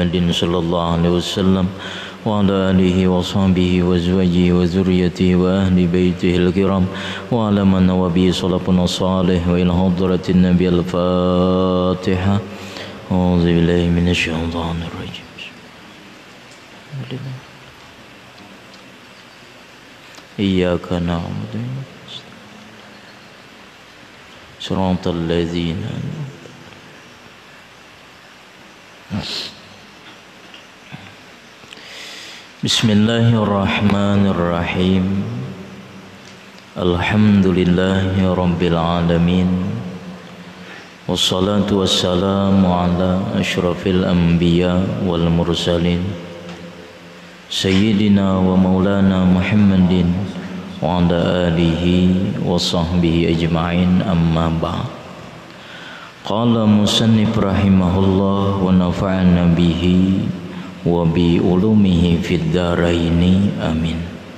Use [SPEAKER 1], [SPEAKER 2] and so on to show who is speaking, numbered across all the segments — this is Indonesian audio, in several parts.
[SPEAKER 1] محمد صلى الله عليه وسلم وعلى آله وصحبه وأزواجه وذريته وأهل بيته الكرام وعلى من وبه صلاتنا الصالح وإلى حضرة النبي الفاتحة. أعوذ بالله من الشيطان الرجيم. إياك نعبد صراط الذين بسم الله الرحمن الرحيم. الحمد لله رب العالمين والصلاة والسلام على أشرف الأنبياء والمرسلين سيدنا ومولانا محمد وعلى آله وصحبه أجمعين. أما بعد. قال مصنف رحمه الله ونفعنا به وبعلومه في الدارين آمين.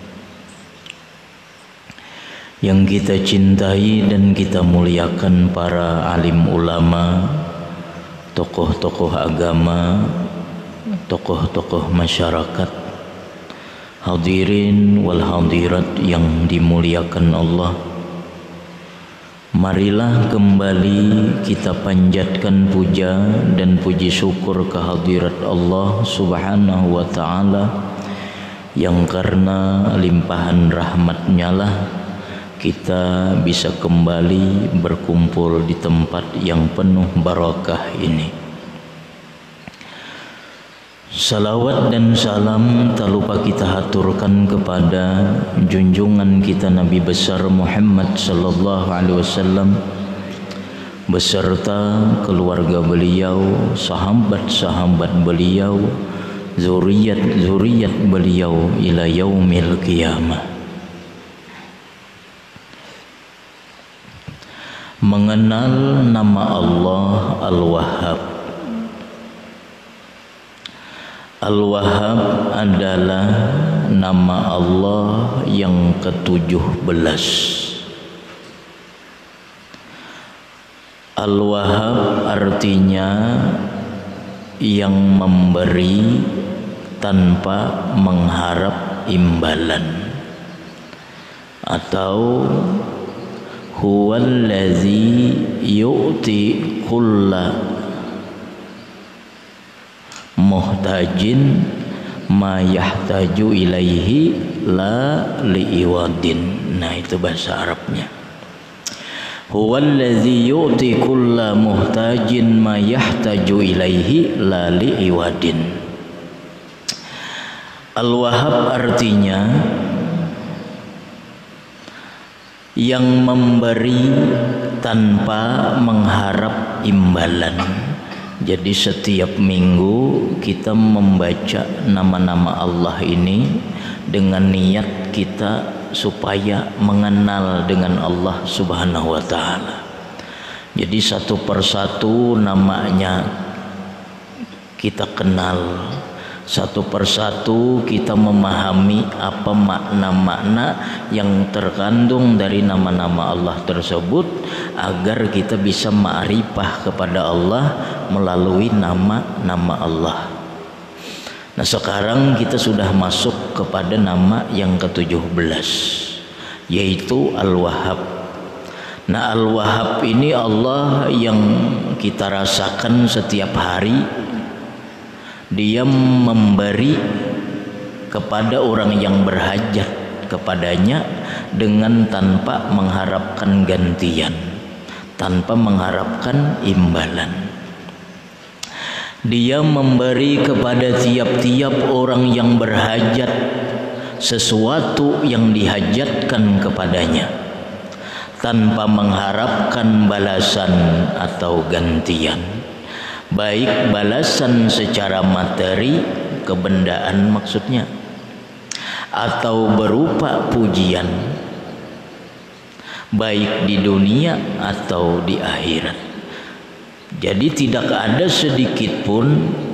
[SPEAKER 1] Yang kita cintai dan kita muliakan para alim ulama, tokoh-tokoh agama, tokoh-tokoh masyarakat, hadirin wal hadirat yang dimuliakan Allah. Marilah kembali kita panjatkan puja dan puji syukur kehadirat Allah Subhanahu wa ta'ala, yang karena limpahan rahmat-Nya lah kita bisa kembali berkumpul di tempat yang penuh barakah ini. Salawat dan salam tak lupa kita haturkan kepada junjungan kita Nabi besar Muhammad sallallahu alaihi wasallam beserta keluarga beliau, sahabat-sahabat beliau, zuriat-zuriat beliau ila yaumil qiyamah. Mengenal nama Allah Al-Wahhab. Al-Wahhab adalah nama Allah yang ke-17. Al-Wahhab artinya yang memberi tanpa mengharap imbalan, atau huwallazi yu'ti kulla muhtajin ma yahtaju ilaihi la li'iwadin. Nah, itu bahasa Arabnya. Huwallazi yu'ti kulla muhtajin ma yahtaju ilaihi la li'iwadin. Al-Wahhab artinya yang memberi tanpa mengharap imbalan. Jadi setiap minggu kita membaca nama-nama Allah ini dengan niat kita supaya mengenal dengan Allah Subhanahu wa ta'ala. Jadi satu persatu namanya kita kenal, satu persatu kita memahami apa makna-makna yang terkandung dari nama-nama Allah tersebut, agar kita bisa ma'rifah kepada Allah melalui nama-nama Allah. Nah, sekarang kita sudah masuk kepada nama yang ke-17, yaitu Al-Wahhab. Nah, Al-Wahhab ini Allah yang kita rasakan setiap hari. Dia memberi kepada orang yang berhajat kepadanya dengan tanpa mengharapkan gantian, tanpa mengharapkan imbalan. Dia memberi kepada tiap-tiap orang yang berhajat sesuatu yang dihajatkan kepadanya, tanpa mengharapkan balasan atau gantian. Baik balasan secara materi, kebendaan maksudnya, atau berupa pujian, baik di dunia atau di akhirat. Jadi tidak ada sedikit pun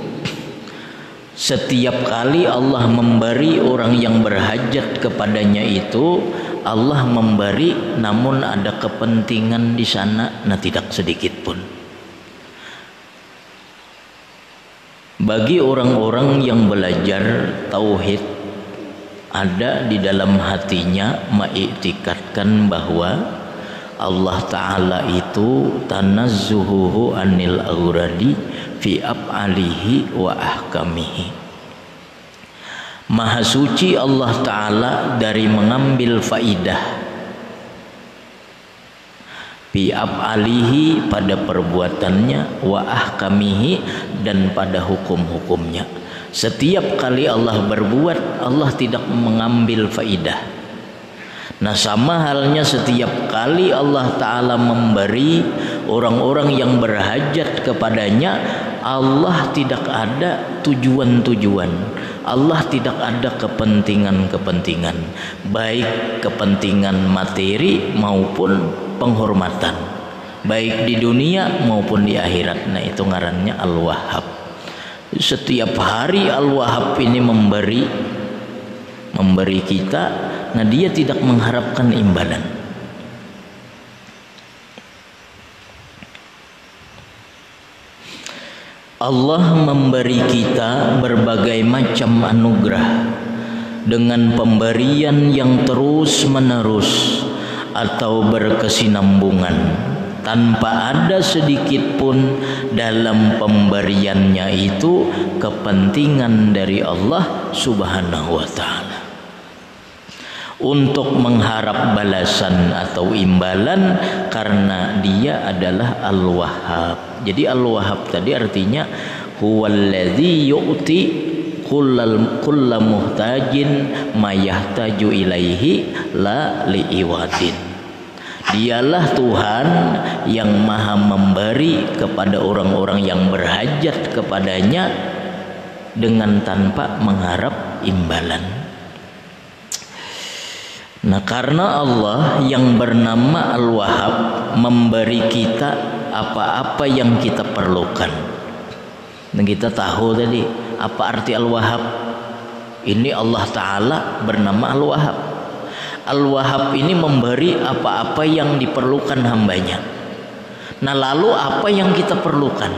[SPEAKER 1] setiap kali Allah memberi orang yang berhajat kepadanya itu, Allah memberi namun ada kepentingan di sana, nah tidak sedikit pun. bagi orang-orang yang belajar tauhid, ada di dalam hatinya mengiktikadkan bahwa Allah Ta'ala itu tanazzuhuhu anil auradi fi af'alihi wa ahkamihi. Maha suci Allah Ta'ala dari mengambil faidah fi af'alihi pada perbuatannya, wa ahkamihi dan pada hukum-hukumnya. Setiap kali Allah berbuat, Allah tidak mengambil faidah. Nah, sama halnya setiap kali Allah Ta'ala memberi orang-orang yang berhajat kepadanya, Allah tidak ada tujuan-tujuan, Allah tidak ada kepentingan-kepentingan, baik kepentingan materi maupun penghormatan, baik di dunia maupun di akhirat. Nah, itu ngarannya Al-Wahhab. Setiap hari Al-Wahhab ini memberi kita. Nah, dia tidak mengharapkan imbalan. Allah memberi kita berbagai macam anugerah dengan pemberian yang terus menerus atau berkesinambungan, tanpa ada sedikit pun dalam pemberiannya itu kepentingan dari Allah Subhanahu wa Ta'ala untuk mengharap balasan atau imbalan, karena dia adalah Al-Wahhab. Jadi Al-Wahhab tadi artinya huwallazi yu'ti kulla muhtajin mayahtaju ilaihi la li'iwatin. Dialah Tuhan yang maha memberi kepada orang-orang yang berhajat kepadanya dengan tanpa mengharap imbalan. Nah, karena Allah yang bernama Al-Wahhab memberi kita apa-apa yang kita perlukan. Dan kita tahu tadi apa arti Al-Wahhab. Ini Allah Ta'ala bernama Al-Wahhab. Al-Wahhab ini memberi apa-apa yang diperlukan hambanya. Nah, lalu apa yang kita perlukan?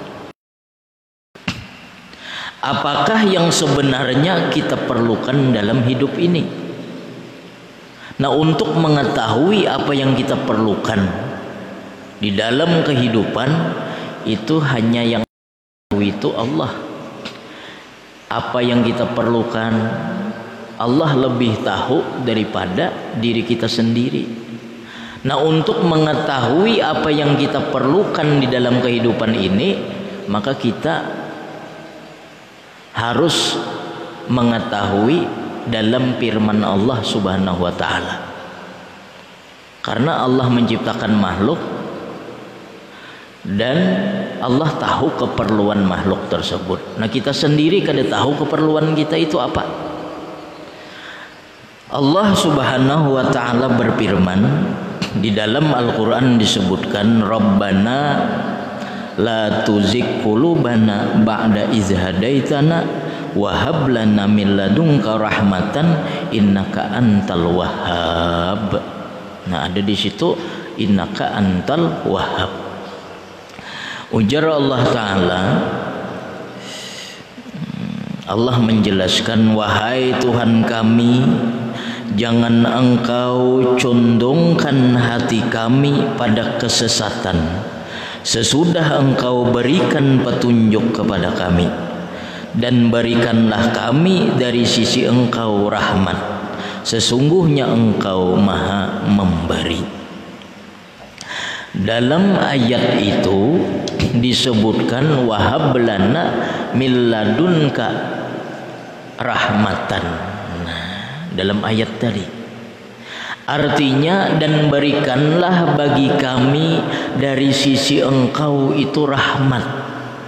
[SPEAKER 1] Apakah yang sebenarnya kita perlukan dalam hidup ini? Nah, untuk mengetahui apa yang kita perlukan di dalam kehidupan itu hanya yang tahu itu Allah. Apa yang kita perlukan Allah lebih tahu daripada diri kita sendiri. Nah, untuk mengetahui apa yang kita perlukan di dalam kehidupan ini, maka kita harus mengetahui dalam firman Allah Subhanahu wa Ta'ala. Karena Allah menciptakan makhluk dan Allah tahu keperluan makhluk tersebut. Nah, kita sendiri kada tahu keperluan kita itu apa. Allah Subhanahu wa Ta'ala berfirman di dalam Al-Qur'an, disebutkan Rabbana la tuzigh qulubana ba'da idh hadaitana wa hab lana min ladunka rahmatan innaka antal wahhab. Nah, ada di situ innaka antal wahhab. Ujar Allah Ta'ala, Allah menjelaskan, wahai Tuhan kami, jangan engkau condongkan hati kami pada kesesatan sesudah engkau berikan petunjuk kepada kami, dan berikanlah kami dari sisi engkau rahmat, sesungguhnya engkau maha memberi. Dalam ayat itu disebutkan wahab lana min ladunka rahmatan. Nah, dalam ayat tadi artinya, dan berikanlah bagi kami dari sisi engkau itu rahmat.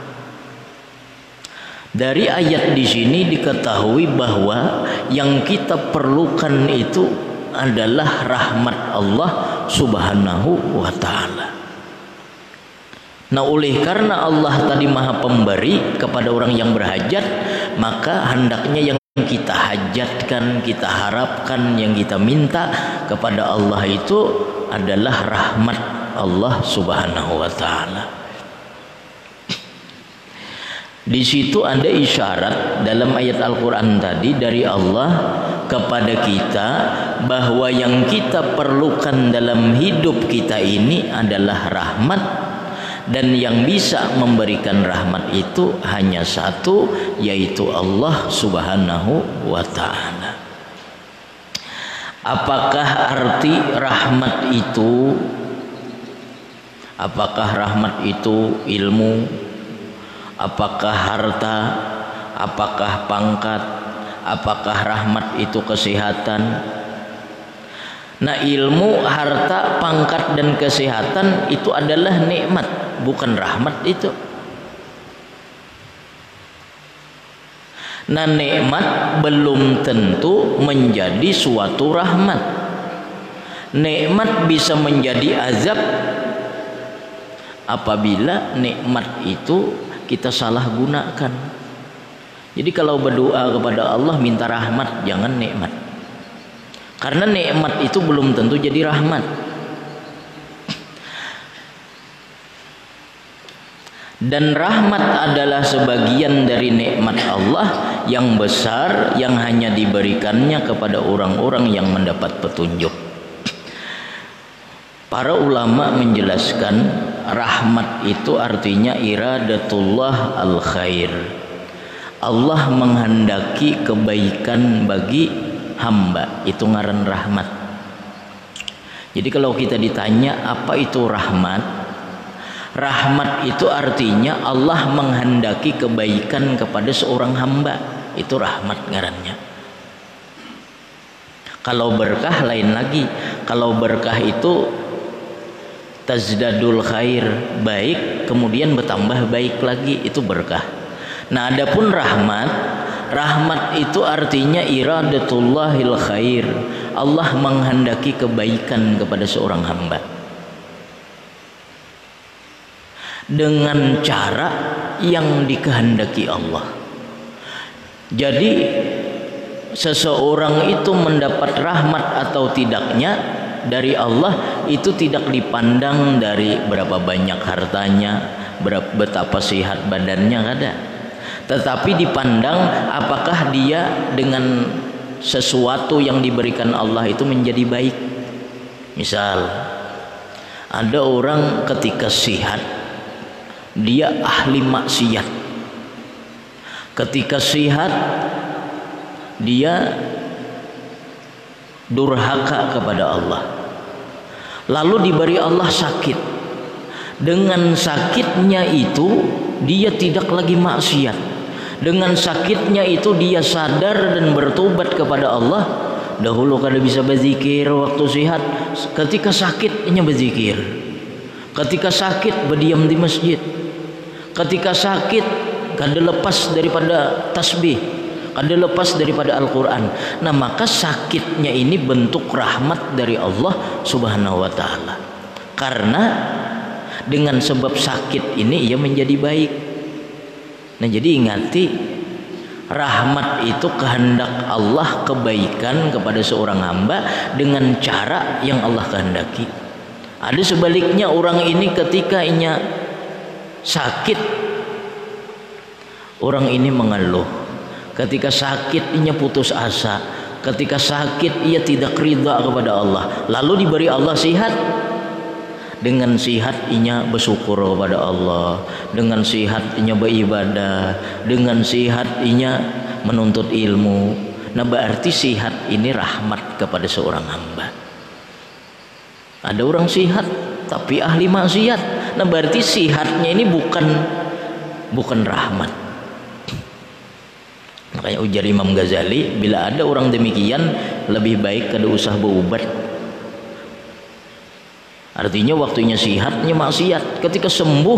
[SPEAKER 1] Dari ayat di sini diketahui bahwa yang kita perlukan itu adalah rahmat Allah Subhanahu wa Ta'ala. Nah, oleh karena Allah tadi maha pemberi kepada orang yang berhajat, maka hendaknya yang kita hajatkan, kita harapkan, yang kita minta kepada Allah itu adalah rahmat Allah Subhanahu wa Ta'ala. Di situ ada isyarat dalam ayat Al-Quran tadi dari Allah kepada kita bahwa yang kita perlukan dalam hidup kita ini adalah rahmat, dan yang bisa memberikan rahmat itu hanya satu, yaitu Allah Subhanahu wa ta'ala. Apakah arti rahmat itu? Apakah rahmat itu ilmu? Apakah harta? Apakah pangkat? Apakah rahmat itu kesehatan? Nah, ilmu, harta, pangkat, dan kesehatan itu adalah nikmat, bukan rahmat itu. Nah, nikmat belum tentu menjadi suatu rahmat. Nikmat bisa menjadi azab apabila nikmat itu kita salah gunakan. Jadi kalau berdoa kepada Allah minta rahmat, jangan nikmat. Karena nikmat itu belum tentu jadi rahmat. Dan rahmat adalah sebagian dari nikmat Allah yang besar, yang hanya diberikannya kepada orang-orang yang mendapat petunjuk. Para ulama menjelaskan rahmat itu artinya iradatullah al-khair. Allah menghendaki kebaikan bagi hamba, itu ngaran rahmat. Jadi kalau kita ditanya apa itu rahmat, rahmat itu artinya Allah menghendaki kebaikan kepada seorang hamba, itu rahmat ngarannya. Kalau berkah lain lagi. Kalau berkah itu tazdadul khair, baik kemudian bertambah baik lagi, itu berkah. Nah, adapun rahmat, rahmat itu artinya iradatullahil khair. Allah menghendaki kebaikan kepada seorang hamba dengan cara yang dikehendaki Allah. Jadi seseorang itu mendapat rahmat atau tidaknya dari Allah itu tidak dipandang dari berapa banyak hartanya, betapa sehat badannya, ada. Tetapi dipandang apakah dia dengan sesuatu yang diberikan Allah itu menjadi baik. Misal ada orang ketika sehat dia ahli maksiat, ketika sehat dia durhaka kepada Allah, lalu diberi Allah sakit. Dengan sakitnya itu dia tidak lagi maksiat. Dengan sakitnya itu dia sadar dan bertobat kepada Allah. Dahulu kada bisa berzikir waktu sehat, ketika sakit hanya berzikir. Ketika sakit berdiam di masjid. Ketika sakit kada lepas daripada tasbih, kada lepas daripada Al-Quran. Nah, maka sakitnya ini bentuk rahmat dari Allah Subhanahu wa ta'ala. Karena dengan sebab sakit ini ia menjadi baik. Nah, jadi ingati, rahmat itu kehendak Allah, kebaikan kepada seorang hamba dengan cara yang Allah kehendaki. Ada sebaliknya, orang ini ketika inya sakit, orang ini mengeluh. Ketika sakit ia putus asa. Ketika sakit ia tidak ridha kepada Allah. Lalu diberi Allah sihat. Dengan sihat ia bersyukur kepada Allah. Dengan sihat ia beribadah. Dengan sihat ia menuntut ilmu. Nah, berarti sihat ini rahmat kepada seorang hamba. Ada orang sihat tapi ahli maksiat. Nah, berarti sihatnya ini bukan rahmat. Makanya ujar Imam Ghazali, bila ada orang demikian lebih baik kada usah berubat. Artinya waktunya sihatnya maksiat, ketika sembuh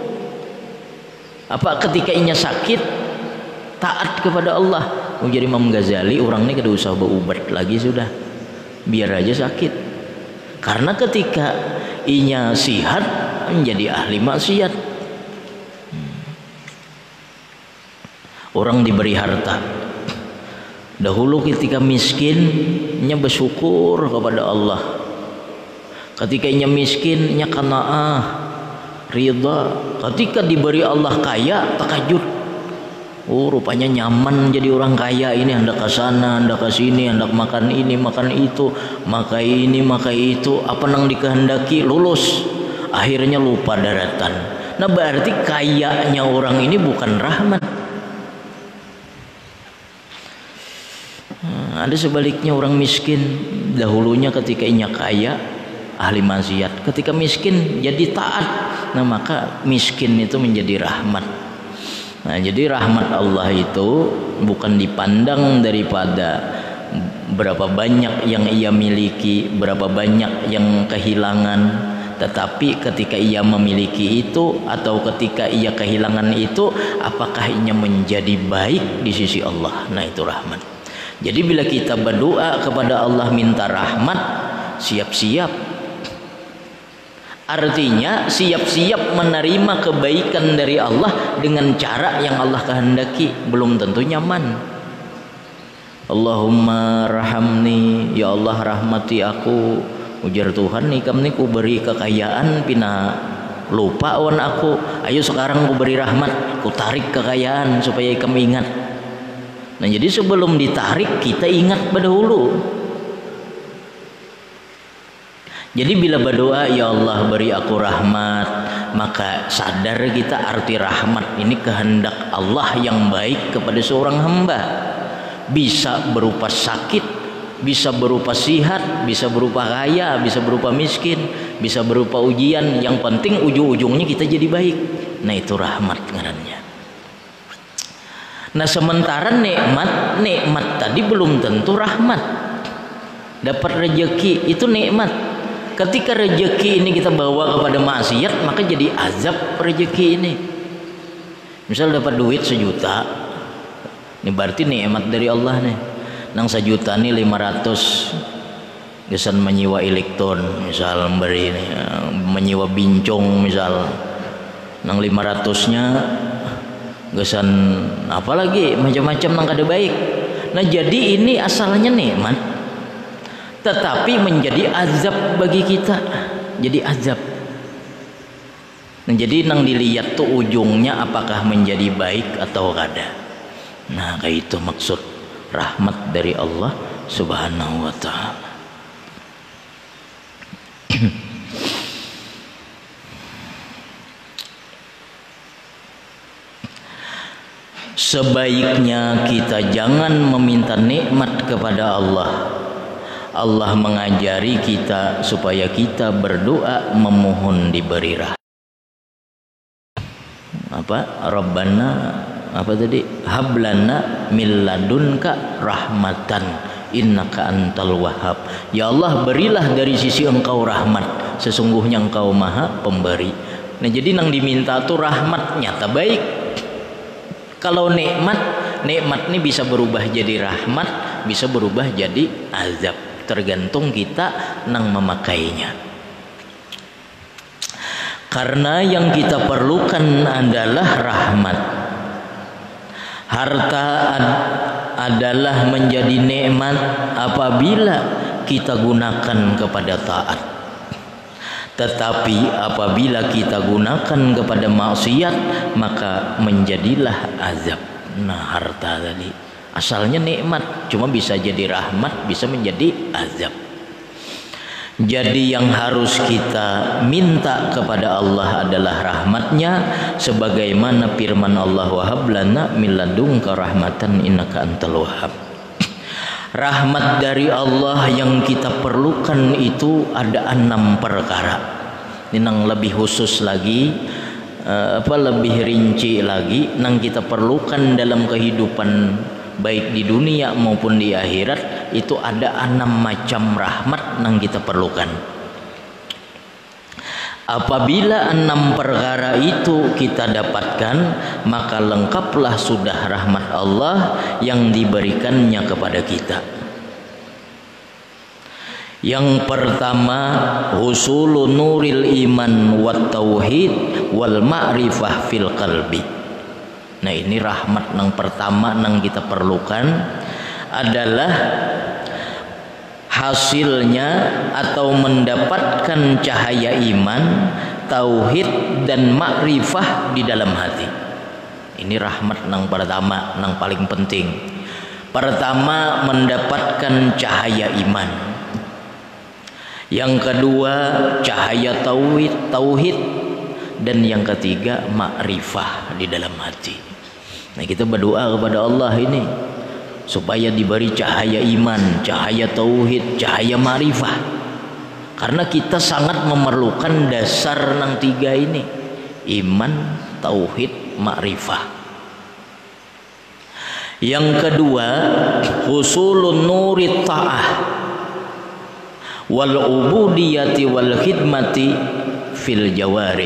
[SPEAKER 1] ketika inya sakit taat kepada Allah. Ujar Imam Ghazali, orang ini kada usah berubat lagi, sudah biar aja sakit. Karena ketika inya sihat menjadi ahli maksiat. Orang diberi harta, dahulu ketika miskin nya bersyukur kepada Allah. Ketika nya miskin nya qanaah, ridha. Ketika diberi Allah kaya, takajud, Oh, rupanya nyaman jadi orang kaya ini, hendak ke sana, hendak ke sini, hendak makan ini, makan itu, makai ini, makai itu, apa nang dikehendaki lulus. Akhirnya lupa daratan. Nah, berarti kayanya orang ini bukan rahmat. Ada sebaliknya, orang miskin dahulunya ketika inya kaya ahli maksiat, ketika miskin jadi taat. Nah, maka miskin itu menjadi rahmat. Nah, jadi rahmat Allah itu bukan dipandang daripada berapa banyak yang ia miliki, berapa banyak yang kehilangan, tetapi ketika ia memiliki itu atau ketika ia kehilangan itu, apakah ia menjadi baik di sisi Allah. Nah, itu rahmat. Jadi bila kita berdoa kepada Allah minta rahmat, siap-siap. Artinya siap-siap menerima kebaikan dari Allah dengan cara yang Allah kehendaki. Belum tentu nyaman. Allahumma rahamni, ya Allah rahmati aku. Ujar Tuhan, nih kamu ku beri kekayaan pina lupa wan aku. Ayo sekarang ku beri rahmat, ku tarik kekayaan supaya kamu ingat. Nah, jadi sebelum ditarik kita ingat dahulu. Jadi bila berdoa ya Allah beri aku rahmat, maka sadar kita arti rahmat ini kehendak Allah yang baik kepada seorang hamba. Bisa berupa sakit, bisa berupa sihat, bisa berupa kaya, bisa berupa miskin, bisa berupa ujian. Yang penting ujung-ujungnya kita jadi baik. Nah, itu rahmat ngarannya. Nah, sementara nikmat tadi belum tentu rahmat. Dapat rezeki itu nikmat. Ketika rezeki ini kita bawa kepada maksiat, maka jadi azab rezeki ini. Misal dapat duit 1 juta, ini berarti nikmat dari Allah nih. Nang 1 juta nih 500 gesan menyewa elektron, misal memberi nih, menyewa bincong misal. Nang 500-nya gesan apalagi macam-macam nang kada baik. Nah, jadi ini asalnya nikmat, tetapi menjadi azab bagi kita. Jadi azab. Nah, jadi nang dilihat tuh ujungnya apakah menjadi baik atau kada. Nah, kayak itu maksud rahmat dari Allah Subhanahu wa ta'ala. Sebaiknya kita jangan meminta nikmat kepada Allah. Allah mengajari kita supaya kita berdoa memohon diberi rahmat. Rabbana hablana min ladunka rahmatan innaka antal wahhab. Ya Allah, berilah dari sisi Engkau rahmat, sesungguhnya Engkau Maha Pemberi. Nah, jadi nang diminta tuh rahmat nyata baik. Kalau nikmat ini bisa berubah jadi rahmat, bisa berubah jadi azab. Tergantung kita nang memakainya. Karena yang kita perlukan adalah rahmat. Harta adalah menjadi nikmat apabila kita gunakan kepada taat. Tetapi apabila kita gunakan kepada maksiat, maka menjadilah azab. Nah, harta tadi asalnya nikmat, cuma bisa jadi rahmat, bisa menjadi azab. Jadi yang harus kita minta kepada Allah adalah rahmatnya, sebagaimana firman Allah, wa hablana min ladunka rahmatan innaka antal wahhab. Rahmat dari Allah yang kita perlukan itu ada 6 perkara. Ini yang lebih khusus lagi, lebih rinci lagi, yang kita perlukan dalam kehidupan baik di dunia maupun di akhirat. Itu ada 6 macam rahmat yang kita perlukan. Apabila 6 perkara itu kita dapatkan, maka lengkaplah sudah rahmat Allah yang diberikannya kepada kita. Yang pertama, husulu nuril iman wat tauhid wal ma'rifah fil qalbi. Nah, ini rahmat yang pertama yang kita perlukan adalah hasilnya atau mendapatkan cahaya iman, tauhid dan makrifah di dalam hati. Ini rahmat nang pertama, nang paling penting. Pertama, mendapatkan cahaya iman. Yang kedua, cahaya tauhid. Dan yang ketiga, makrifah di dalam hati. Nah, kita berdoa kepada Allah ini supaya diberi cahaya iman, cahaya tauhid, cahaya makrifah. Karena kita sangat memerlukan dasar nang tiga ini. Iman, tauhid, makrifah. Yang kedua, husulun nuri ta'ah wal ubudiyati wal khidmati fil jawarih.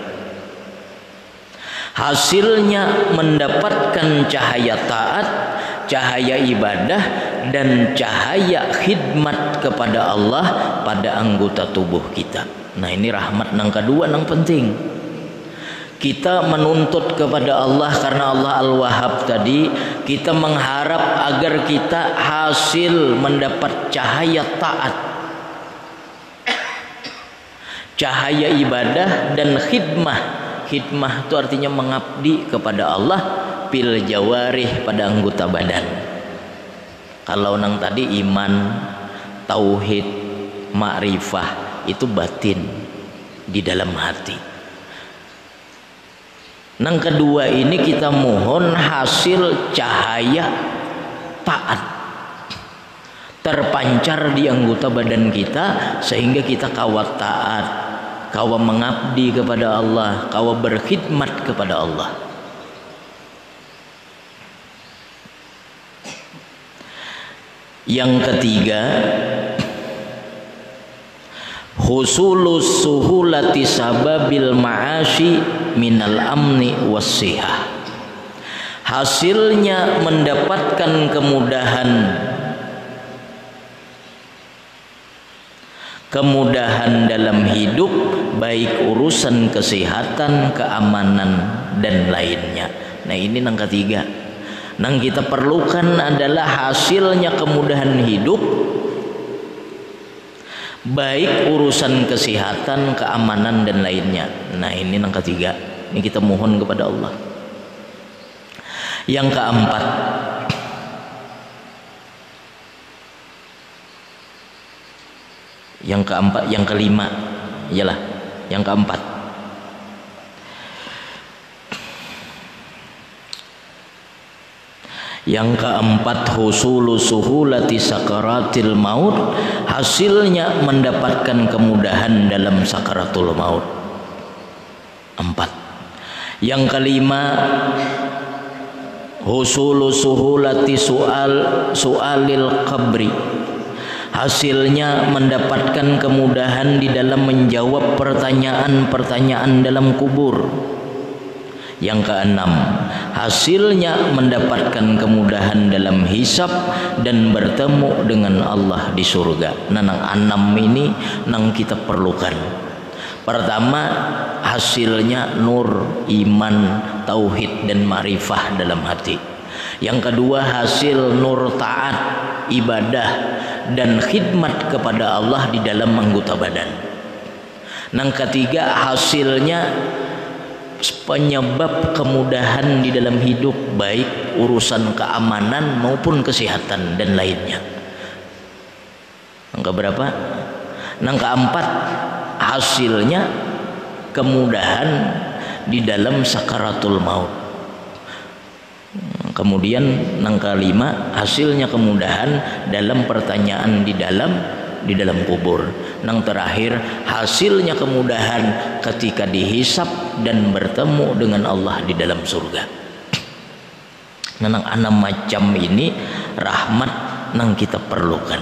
[SPEAKER 1] Hasilnya mendapatkan cahaya taat, cahaya ibadah, dan cahaya khidmat kepada Allah pada anggota tubuh kita. Nah, ini rahmat nang kedua nang penting. Kita menuntut kepada Allah karena Allah Al-Wahhab tadi, kita mengharap agar kita hasil mendapat cahaya taat, cahaya ibadah, dan khidmah. Khidmah itu artinya mengabdi kepada Allah fil jawarih, pada anggota badan. Kalau nang tadi iman, tauhid, makrifah itu batin di dalam hati. Nang kedua ini kita mohon hasil cahaya taat terpancar di anggota badan kita sehingga kita kawat taat, kawa mengabdi kepada Allah, kawa berkhidmat kepada Allah. Yang ketiga, husulus suhulati sababil ma'ashi minal amni wassihah. Hasilnya mendapatkan kemudahan dalam hidup, baik urusan kesehatan, keamanan, dan lainnya. Nah, ini nang ketiga. Nang kita perlukan adalah hasilnya kemudahan hidup, baik urusan kesehatan, keamanan, dan lainnya. Nah, ini yang ketiga. Ini kita mohon kepada Allah. Yang keempat, yang kelima, iyalah, yang keempat. Yang keempat, husulu suhulati sakaratil maut, hasilnya mendapatkan kemudahan dalam sakaratul maut. 4. Yang kelima, husulu suhulati su'alil qabri, hasilnya mendapatkan kemudahan di dalam menjawab pertanyaan-pertanyaan dalam kubur. Yang keenam, hasilnya mendapatkan kemudahan dalam hisab dan bertemu dengan Allah di surga. Nah, nang 6 ini nang kita perlukan. Pertama, hasilnya nur, iman, tauhid, dan ma'rifah dalam hati. Yang kedua, hasil nur taat, ibadah, dan khidmat kepada Allah di dalam anggota badan. Nang ketiga, hasilnya penyebab kemudahan di dalam hidup, baik urusan keamanan maupun kesehatan dan lainnya. Yang keberapa? Yang keempat, hasilnya kemudahan di dalam sakaratul maut. Kemudian yang kelima, hasilnya kemudahan dalam pertanyaan di dalam kubur. Yang terakhir, hasilnya kemudahan ketika dihisab dan bertemu dengan Allah di dalam surga. Nah, 6 macam ini rahmat yang kita perlukan.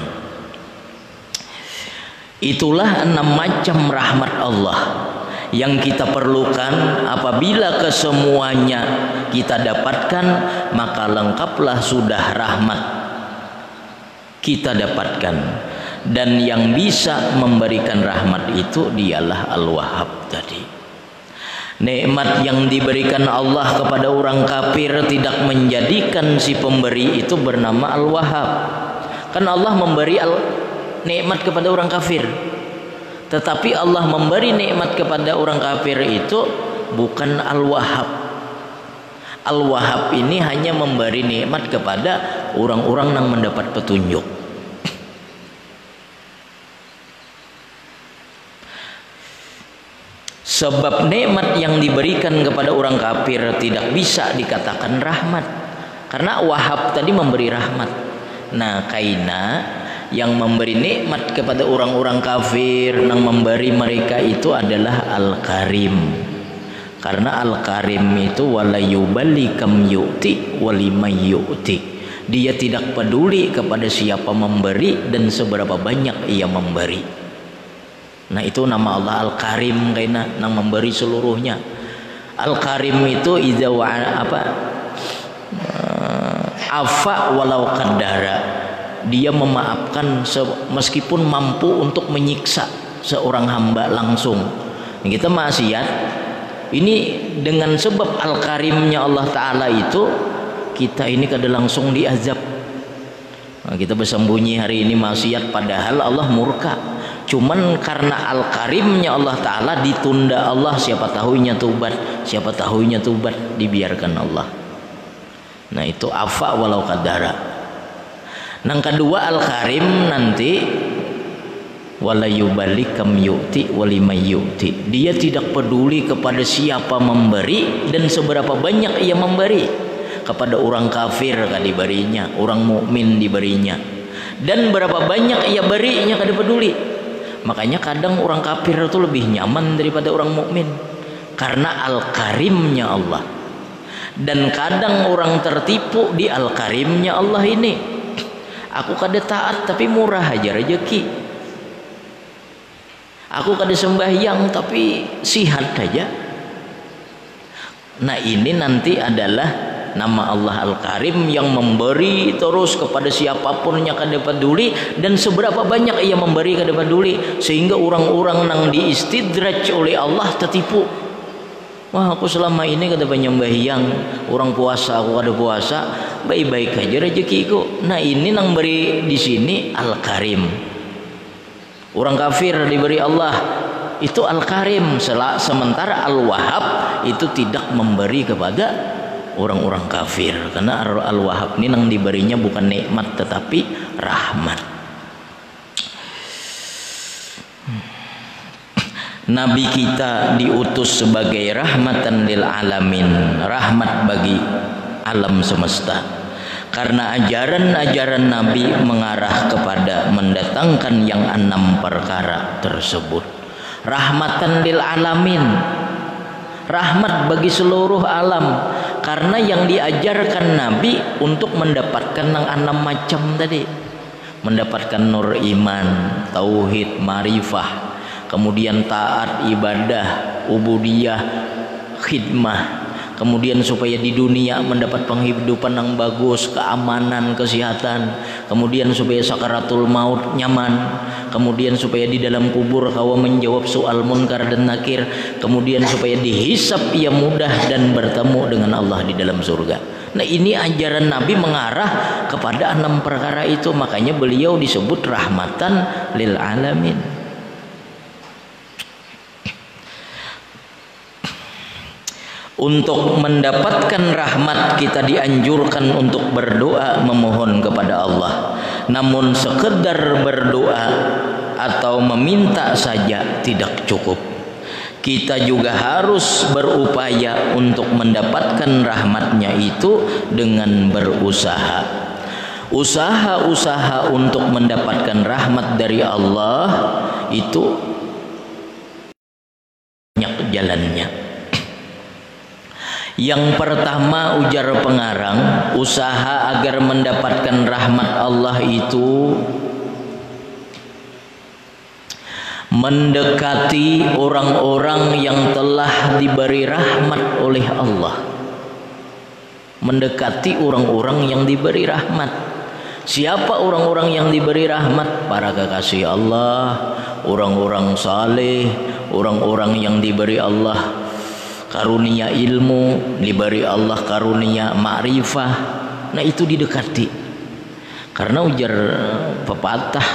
[SPEAKER 1] Itulah 6 macam rahmat Allah yang kita perlukan. Apabila kesemuanya kita dapatkan, maka lengkaplah sudah rahmat kita dapatkan. Dan yang bisa memberikan rahmat itu dialah Al-Wahhab tadi. Nikmat yang diberikan Allah kepada orang kafir tidak menjadikan si pemberi itu bernama Al-Wahhab. Kan Allah memberi nikmat kepada orang kafir, tetapi Allah memberi nikmat kepada orang kafir itu bukan Al-Wahhab. Al-Wahhab ini hanya memberi nikmat kepada orang-orang yang mendapat petunjuk. Sebab nikmat yang diberikan kepada orang kafir tidak bisa dikatakan rahmat, karena Wahhab tadi memberi rahmat. Nah, kaina yang memberi nikmat kepada orang-orang kafir, yang memberi mereka itu adalah Al-Karim. Karena Al-Karim itu wala yubali kam yu'ti walimay yu'ti. Dia tidak peduli kepada siapa memberi dan seberapa banyak ia memberi. Nah, itu nama Allah Al-Karim, kaina yang memberi seluruhnya. Al-Karim itu idza afa walau qaddara. Dia memaafkan meskipun mampu untuk menyiksa seorang hamba langsung. Kita maksiat, ini dengan sebab Al-Karimnya Allah Ta'ala itu, kita ini kada langsung diazab. Nah, kita bersembunyi hari ini maksiat padahal Allah murka. Cuman karena Al-Karimnya Allah Ta'ala ditunda Allah, siapa tahunya tubat dibiarkan Allah. Nah, itu afa walau qadara. Yang kedua Al-Karim nanti wala yubalik kam yu'ti walimay yu'ti. Dia tidak peduli kepada siapa memberi dan seberapa banyak ia memberi. Kepada orang kafir kada diberinya, orang mukmin diberinya, dan berapa banyak ia berinya kada peduli. Makanya kadang orang kafir itu lebih nyaman daripada orang mukmin karena Al-Karimnya Allah. Dan kadang orang tertipu di Al-Karimnya Allah ini. Aku kada taat tapi murah aja rezeki. Aku kada sembahyang tapi sihat aja. Nah, ini nanti adalah nama Allah Al-Karim yang memberi terus kepada siapapun yang kada peduli, dan seberapa banyak ia memberi kada peduli, sehingga orang-orang yang diistidraj oleh Allah tertipu. Wah, aku selama ini kada nyembahyang, orang puasa aku kada puasa, baik-baik aja rezekiku. Nah, ini nang beri di sini Al-Karim. Orang kafir diberi Allah itu Al-Karim, sementara Al-Wahhab itu tidak memberi kepada orang-orang kafir, karena Al-Wahhab ini yang diberinya bukan nikmat tetapi rahmat. Nabi kita diutus sebagai rahmatan lil alamin, rahmat bagi alam semesta. Karena ajaran-ajaran Nabi mengarah kepada mendatangkan yang 6 perkara tersebut. Rahmatan lil alamin, rahmat bagi seluruh alam, karena yang diajarkan Nabi untuk mendapatkan yang 6 macam tadi, mendapatkan nur iman, tauhid, marifah, kemudian taat, ibadah, ubudiyah, khidmah, kemudian supaya di dunia mendapat penghidupan yang bagus, keamanan, kesehatan, kemudian supaya sakaratul maut nyaman, kemudian supaya di dalam kubur kau menjawab soal munkar dan nakir, kemudian supaya dihisap ia mudah dan bertemu dengan Allah di dalam surga. Nah, ini ajaran Nabi mengarah kepada 6 perkara itu, makanya beliau disebut rahmatan lil alamin. Untuk mendapatkan rahmat kita dianjurkan untuk berdoa memohon kepada Allah. Namun sekedar berdoa atau meminta saja tidak cukup. Kita juga harus berupaya untuk mendapatkan rahmatnya itu dengan berusaha. Usaha-usaha untuk mendapatkan rahmat dari Allah itu banyak jalannya. Yang pertama, ujar pengarang, usaha agar mendapatkan rahmat Allah itu mendekati orang-orang yang telah diberi rahmat oleh Allah. Mendekati orang-orang yang diberi rahmat. Siapa orang-orang yang diberi rahmat? Para kekasih Allah, orang-orang saleh, orang-orang yang diberi Allah karunia ilmu, diberi Allah karunia ma'rifah. Nah, itu didekati. Karena ujar pepatah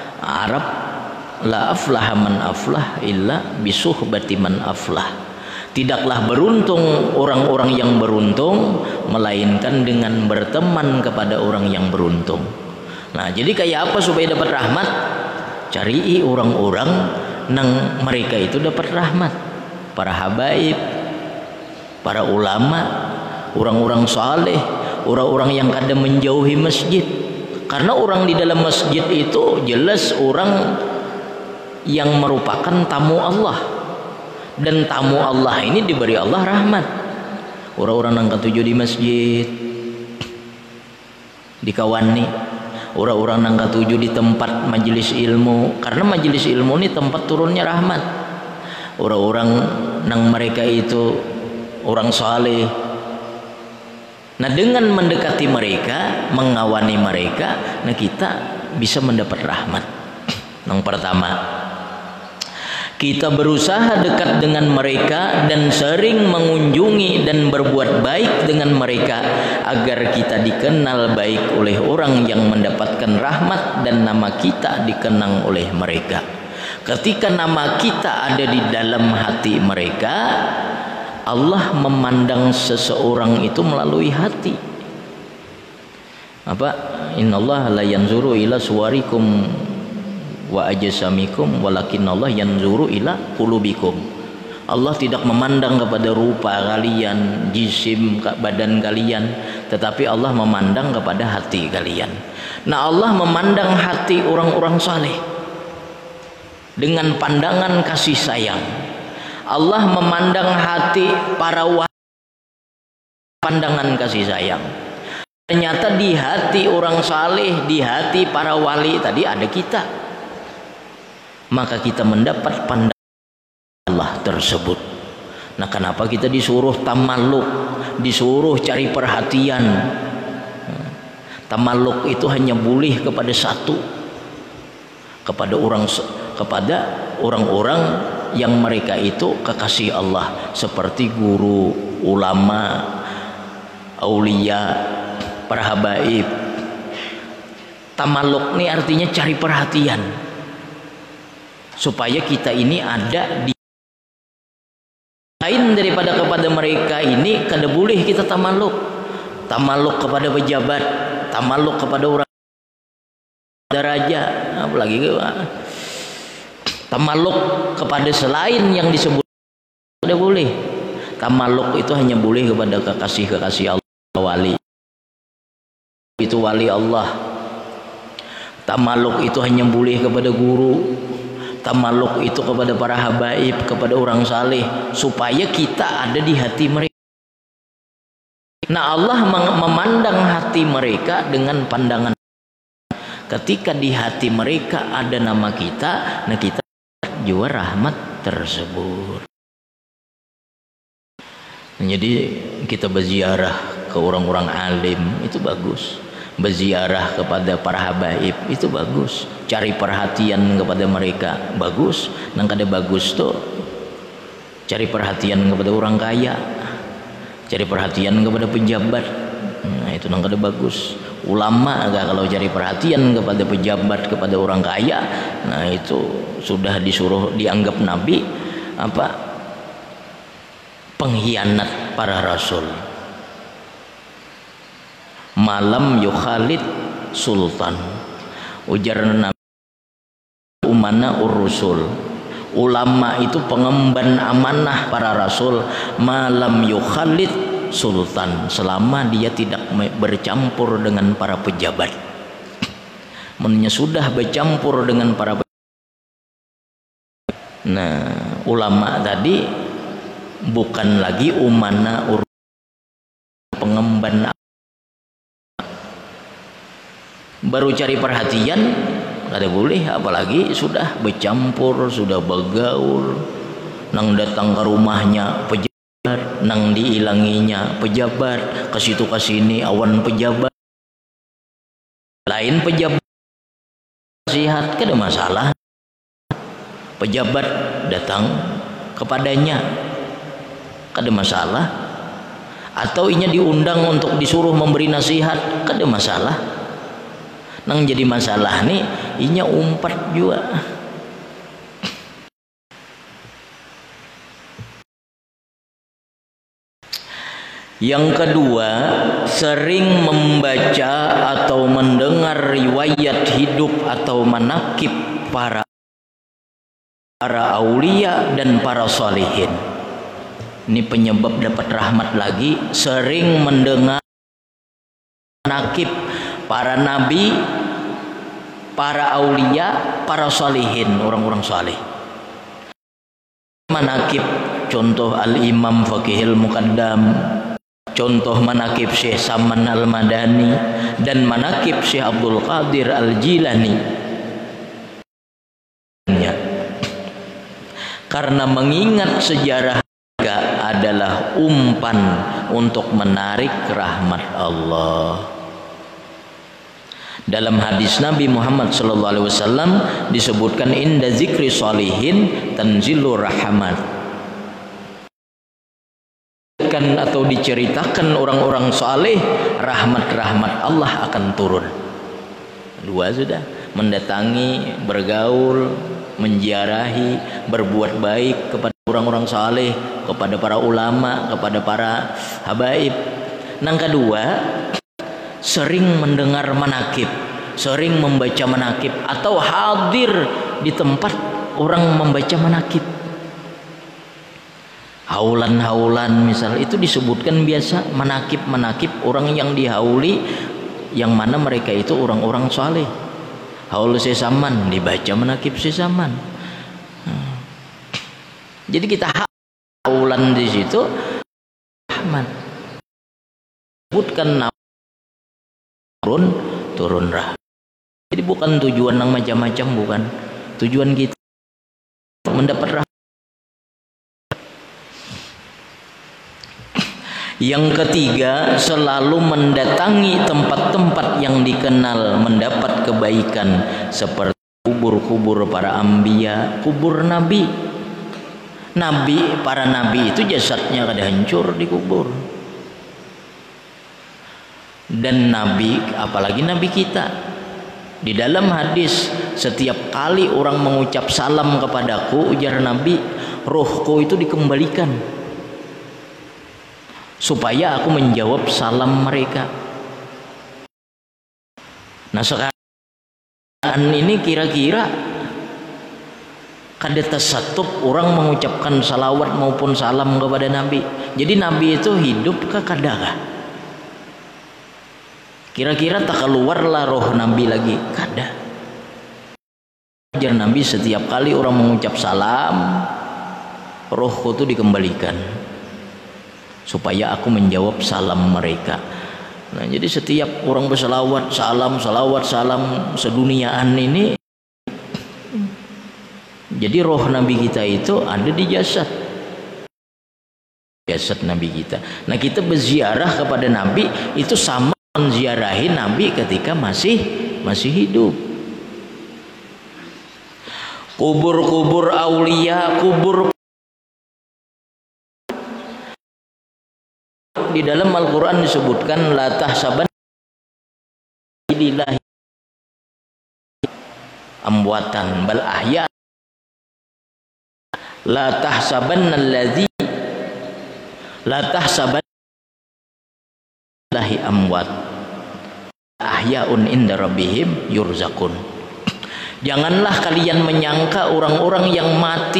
[SPEAKER 1] Arab, la aflaha man aflah illa bisuhbati man aflah. Tidaklah beruntung orang-orang yang beruntung, melainkan dengan berteman kepada orang yang beruntung. Nah, jadi kayak apa supaya dapat rahmat? Cari orang-orang nang mereka itu dapat rahmat. Para habaib, para ulama, orang-orang saleh, orang-orang yang kadang menjauhi masjid. Karena orang di dalam masjid itu jelas orang yang merupakan tamu Allah. Dan tamu Allah ini diberi Allah rahmat. Orang-orang nang ketujuh di masjid, dikawani. Orang-orang nang ketujuh di tempat majelis ilmu. Karena majelis ilmu ini tempat turunnya rahmat. Orang-orang nang mereka itu orang saleh. Nah, dengan mendekati mereka, mengawani mereka, nah kita bisa mendapat rahmat. Yang pertama, kita berusaha dekat dengan mereka dan sering mengunjungi dan berbuat baik dengan mereka agar kita dikenal baik oleh orang yang mendapatkan rahmat dan nama kita dikenang oleh mereka. Ketika nama kita ada di dalam hati mereka, Allah memandang seseorang itu melalui hati. Apa? Innallaha la yanzuru ila suwarikum wa ajsamikum walakinnallaha yanzuru ila qulubikum. Allah tidak memandang kepada rupa kalian, jisim badan kalian, tetapi Allah memandang kepada hati kalian. Nah, Allah memandang hati orang-orang saleh dengan pandangan kasih sayang. Allah memandang hati para wali pandangan kasih sayang. Ternyata di hati orang saleh, di hati para wali tadi ada kita. Maka kita mendapat pandangan Allah tersebut. Nah, kenapa kita disuruh tamaluk, disuruh cari perhatian? Tamaluk itu hanya boleh kepada satu, kepada orang-orang yang mereka itu kekasih Allah, seperti guru, ulama, aulia, para habaib. Tamaluk ini artinya cari perhatian, supaya kita ini ada di lain daripada kepada mereka ini. Kada boleh kita tamaluk kepada pejabat, tamaluk kepada orang raja, apalagi tamaluk kepada selain yang disebut. Tidak boleh. Tamaluk itu hanya boleh kepada kekasih-kekasih Allah, wali. Itu wali Allah. Tamaluk itu hanya boleh kepada guru. Tamaluk itu kepada para habaib, kepada orang saleh, supaya kita ada di hati mereka. Nah, Allah memandang hati mereka dengan pandangan. Ketika di hati mereka ada nama kita, nah kita juga rahmat tersebut. Jadi kita berziarah ke orang-orang alim itu bagus, berziarah kepada para habaib itu bagus, cari perhatian kepada mereka bagus. Nang kada bagus tuh cari perhatian kepada orang kaya, cari perhatian kepada pejabat. Nah, itu nang kada bagus. Ulama agak kalau cari perhatian kepada pejabat, kepada orang kaya, nah itu sudah disuruh dianggap nabi pengkhianat para rasul. Malam yukhalid sultan, ujar nabi umana urusul. Ulama itu pengemban amanah para rasul. Malam yukhalid sultan, selama dia tidak bercampur dengan para pejabat. Menurutnya sudah bercampur dengan para pejabat. Nah, ulama tadi bukan lagi umana pengemban, baru cari perhatian kada boleh, apalagi sudah bercampur, sudah bergaul, nang datang ke rumahnya pejabat, nang diilanginya pejabat, ke situ ke sini awan pejabat, lain pejabat nasihat kada masalah. Pejabat datang kepadanya kada masalah, atau inya diundang untuk disuruh memberi nasihat kada masalah. Nang jadi masalah nih inya umpat juga. Yang kedua, sering membaca atau mendengar riwayat hidup atau manakib para aulia dan para salihin. Ini penyebab dapat rahmat lagi, sering mendengar manakib para nabi, para aulia, para salihin, orang-orang saleh. Manakib contoh Al-Imam Faqihil Muqaddam, contoh manakib Syekh Saman Al-Madani, dan manakib Syekh Abdul Qadir Al-Jilani. Karena mengingat sejarah mereka adalah umpan untuk menarik rahmat Allah. Dalam hadis Nabi Muhammad SAW disebutkan inda zikri sholihin tanzilur rahmat. Atau diceritakan orang-orang saleh, rahmat-rahmat Allah akan turun. Dua sudah, mendatangi, bergaul, menziarahi, berbuat baik kepada orang-orang saleh, kepada para ulama, kepada para habaib. Yang kedua, sering mendengar manakib, sering membaca manakib, atau hadir di tempat orang membaca manakib. Haulan-haulan misal itu disebutkan biasa manakib-manakib orang yang dihauli, yang mana mereka itu orang-orang saleh. Haul Sesaman dibaca manakib Sesaman. Jadi kita haulan di situ rahmat. Sebutkan turun rahmat. Jadi bukan tujuan yang macam-macam, bukan. Tujuan kita mendapat rahmat. Yang ketiga, selalu mendatangi tempat-tempat yang dikenal mendapat kebaikan, seperti kubur-kubur para anbiya, kubur nabi. Para nabi itu jasadnya kada hancur dikubur. Dan nabi, apalagi nabi kita, di dalam hadis, setiap kali orang mengucap salam kepadaku, ujar Nabi, rohku itu dikembalikan supaya aku menjawab salam mereka. Nah sekarang ini kira-kira kada tasatup orang mengucapkan salawat maupun salam kepada Nabi. Jadi Nabi itu hidup ke kadakah? Kira-kira tak keluarlah roh Nabi lagi? Kada. Ajar Nabi setiap kali orang mengucap salam, rohku itu dikembalikan supaya aku menjawab salam mereka. Nah, jadi setiap orang berselawat, salam seduniaan ini, jadi roh Nabi kita itu ada di jasad Nabi kita. Nah, kita berziarah kepada Nabi itu sama menziarahi Nabi ketika masih hidup. Kubur-kubur aulia, kubur di dalam Al-Quran disebutkan la tahsaban lillahi amwatan bal ahya, la tahsabanna allazi la tahsaban lillahi amwat ahyaun inda rabbihim yurzakun. Janganlah kalian menyangka orang-orang yang mati,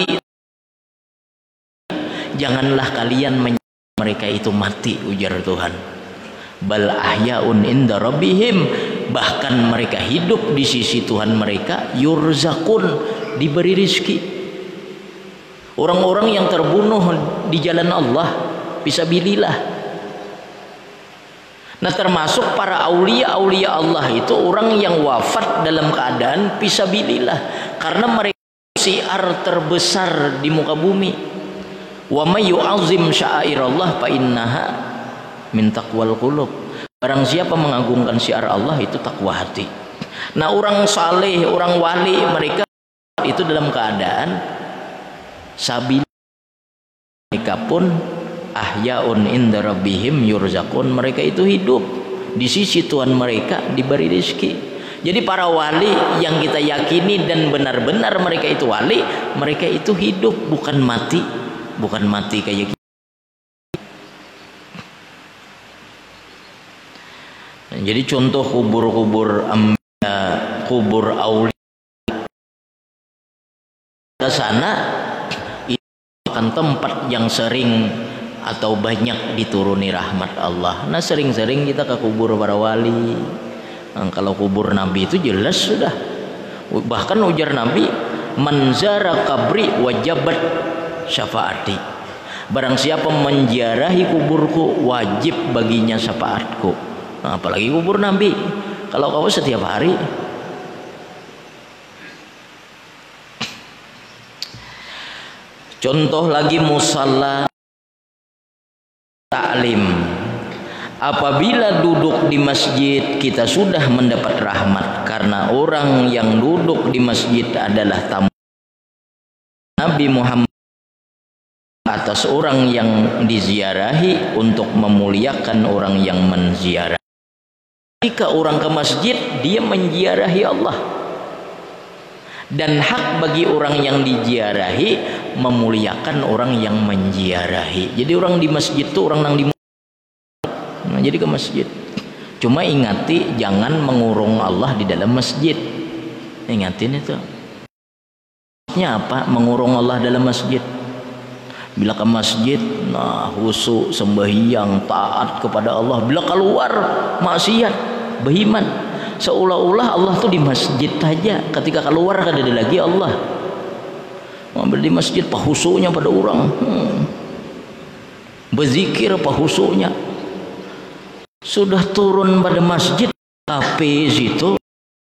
[SPEAKER 1] janganlah kalian menyangka mereka itu mati, ujar Tuhan. Bal ahyaun inda rabbihim, bahkan mereka hidup di sisi Tuhan mereka, yurzakun, diberi rizki. Orang-orang yang terbunuh di jalan Allah fisabilillah. Nah, termasuk para aulia Allah itu orang yang wafat dalam keadaan fisabilillah, karena mereka syiar terbesar di muka bumi. Wa may yu'azzim sya'airallah fa innaha min taqwal qulub. Barang siapa mengagungkan syiar Allah itu takwa hati. Nah, orang saleh, orang wali, mereka itu dalam keadaan sabil, mereka pun ahyaun inda rabbihim yurzakun, mereka itu hidup di sisi Tuhan mereka, diberi rezeki. Jadi para wali yang kita yakini dan benar-benar mereka itu wali, mereka itu hidup, bukan mati kayak kita. Jadi contoh kubur-kubur ambiya, kubur aulia ke sana itu akan tempat yang sering atau banyak dituruni rahmat Allah. Nah, sering-sering kita ke kubur para wali. Nah, kalau kubur Nabi itu jelas sudah. Bahkan ujar Nabi, "Man zara qabri wajabat syafaati." Barang siapa menziarahi kuburku, wajib baginya syafaatku. Nah, apalagi kubur Nabi. Kalau kamu setiap hari. Contoh lagi musalla taklim. Apabila duduk di masjid kita sudah mendapat rahmat karena orang yang duduk di masjid adalah tamu Nabi Muhammad atas orang yang diziarahi untuk memuliakan orang yang menziarahi. Jika orang ke masjid dia menziarahi Allah. Dan hak bagi orang yang diziarahi memuliakan orang yang menziarahi. Jadi orang di masjid itu orang yang nah, jadi ke masjid. Cuma ingati jangan mengurung Allah di dalam masjid. Ingatin itu. Maksudnya apa? Mengurung Allah dalam masjid. Bila ke masjid, nah khusyuk, sembahyang, taat kepada Allah. Bila keluar maksiat, beriman. Seolah-olah Allah tuh di masjid saja. Ketika keluar kan ada lagi Allah. Ambil di masjid pahusunya pada orang. Berzikir pahusunya. Sudah turun pada masjid tapi situ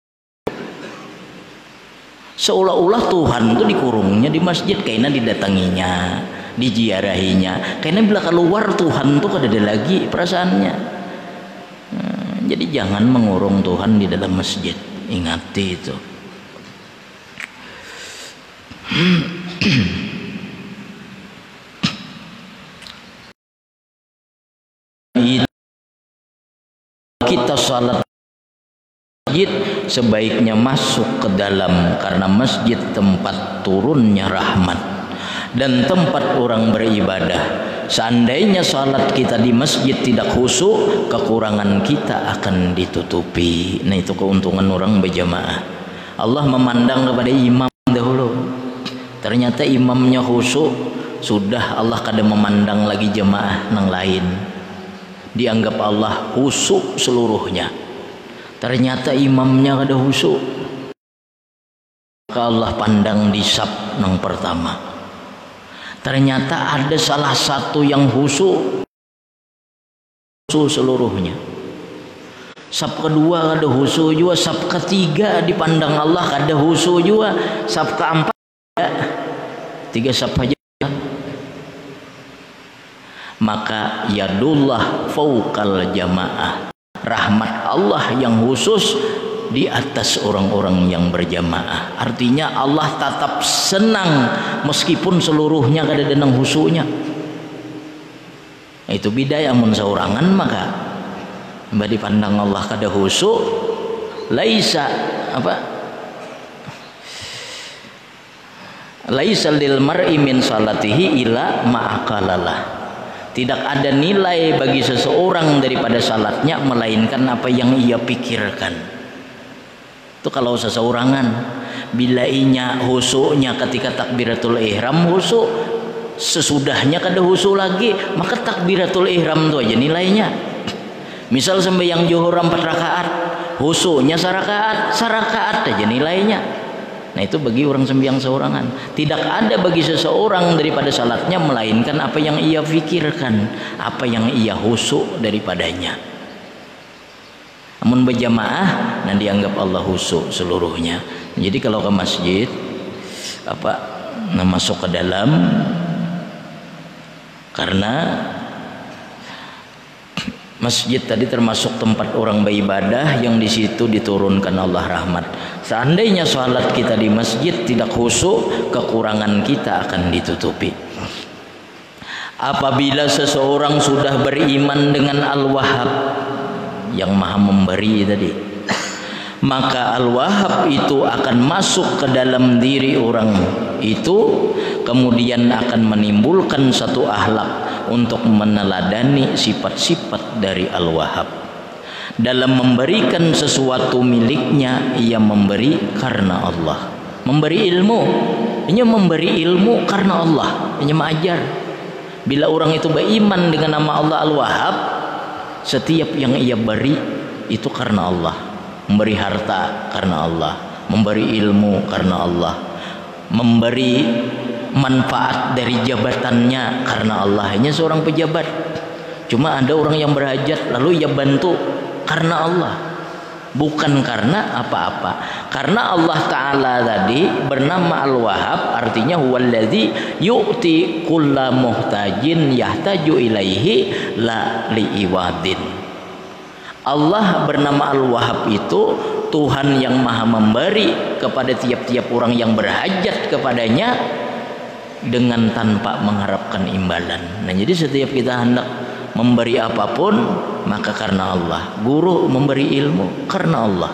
[SPEAKER 1] seolah-olah Tuhan itu dikurungnya di masjid karena didatanginya, diziarahinya. Karena bila keluar Tuhan tuh ada lagi perasaannya. Jadi jangan mengurung Tuhan di dalam masjid. Ingati itu. Kita salat masjid sebaiknya masuk ke dalam karena masjid tempat turunnya rahmat dan tempat orang beribadah. Seandainya salat kita di masjid tidak khusyuk, kekurangan kita akan ditutupi. Nah, itu keuntungan orang berjamaah. Allah memandang kepada imam dahulu. Ternyata imamnya khusyuk, sudah Allah kadang memandang lagi jamaah yang lain. Dianggap Allah khusyuk seluruhnya. Ternyata imamnya kada khusyuk. Maka Allah pandang di saf yang pertama. Ternyata ada salah satu yang khusyuk seluruhnya. Saf kedua ada khusyuk juga, saf ketiga dipandang Allah ada khusyuk juga, saf keempat tiga saf aja. Maka yadullah fauqal jamaah. Rahmat Allah yang khusus di atas orang-orang yang berjamaah. Artinya Allah tetap senang meskipun seluruhnya kada denang khusyuknya. Itu bidaya mun saurangan maka badi pandang Allah kada khusyuk laisa apa? Laisa lil mar'i min salatihi ila ma'aqalalah. Tidak ada nilai bagi seseorang daripada salatnya melainkan apa yang ia pikirkan. Itu kalau seseorangan bila inya khusyuknya ketika takbiratul ihram khusyuk, sesudahnya kada khusyuk lagi, maka takbiratul ihram itu aja nilainya. Misal sembahyang zuhur 4 rakaat, khusyuknya sarakaat aja nilainya. Nah, itu bagi orang sembahyang seorangan. Tidak ada bagi seseorang daripada salatnya melainkan apa yang ia fikirkan, apa yang ia khusyuk daripadanya. Namun berjamaah dan dianggap Allah khusyuk seluruhnya. Jadi kalau ke masjid masuk ke dalam karena masjid tadi termasuk tempat orang beribadah yang di situ diturunkan Allah rahmat. Seandainya salat kita di masjid tidak khusyuk, kekurangan kita akan ditutupi. Apabila seseorang sudah beriman dengan Al-Wahhab yang Maha Memberi tadi, maka Al-Wahhab itu akan masuk ke dalam diri orang itu, kemudian akan menimbulkan satu akhlak untuk meneladani sifat-sifat dari Al-Wahhab. Dalam memberikan sesuatu miliknya, ia memberi karena Allah. Memberi ilmu, ia memberi ilmu karena Allah, ia mengajar. Bila orang itu beriman dengan nama Allah Al-Wahhab, setiap yang ia beri itu karena Allah. Memberi harta karena Allah, memberi ilmu karena Allah, memberi manfaat dari jabatannya karena Allah. Hanya seorang pejabat. Cuma ada orang yang berhajat lalu ia bantu karena Allah, bukan karena apa-apa. Karena Allah Ta'ala tadi bernama Al-Wahhab, artinya huwallazi yu'ti kulla muhtajin yahtaju ilaihi la li'iwadin. Allah bernama Al-Wahhab itu Tuhan yang maha memberi kepada tiap-tiap orang yang berhajat kepadanya dengan tanpa mengharapkan imbalan. Nah, jadi setiap kita hendak memberi apapun maka karena Allah. Guru memberi ilmu karena Allah,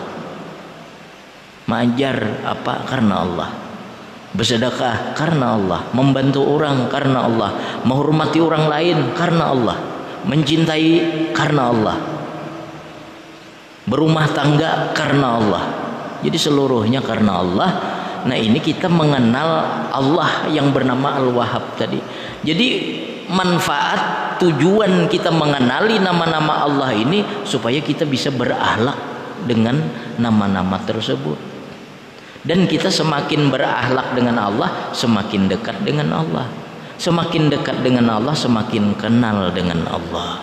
[SPEAKER 1] mengajar apa karena Allah, bersedekah karena Allah, membantu orang karena Allah, menghormati orang lain karena Allah, mencintai karena Allah, berumah tangga karena Allah. Jadi seluruhnya karena Allah. Nah, ini kita mengenal Allah yang bernama Al-Wahhab tadi. Jadi manfaat tujuan kita mengenali nama-nama Allah ini supaya kita bisa berakhlak dengan nama-nama tersebut. Dan kita semakin berakhlak dengan Allah, semakin dekat dengan Allah. Semakin dekat dengan Allah, semakin kenal dengan Allah.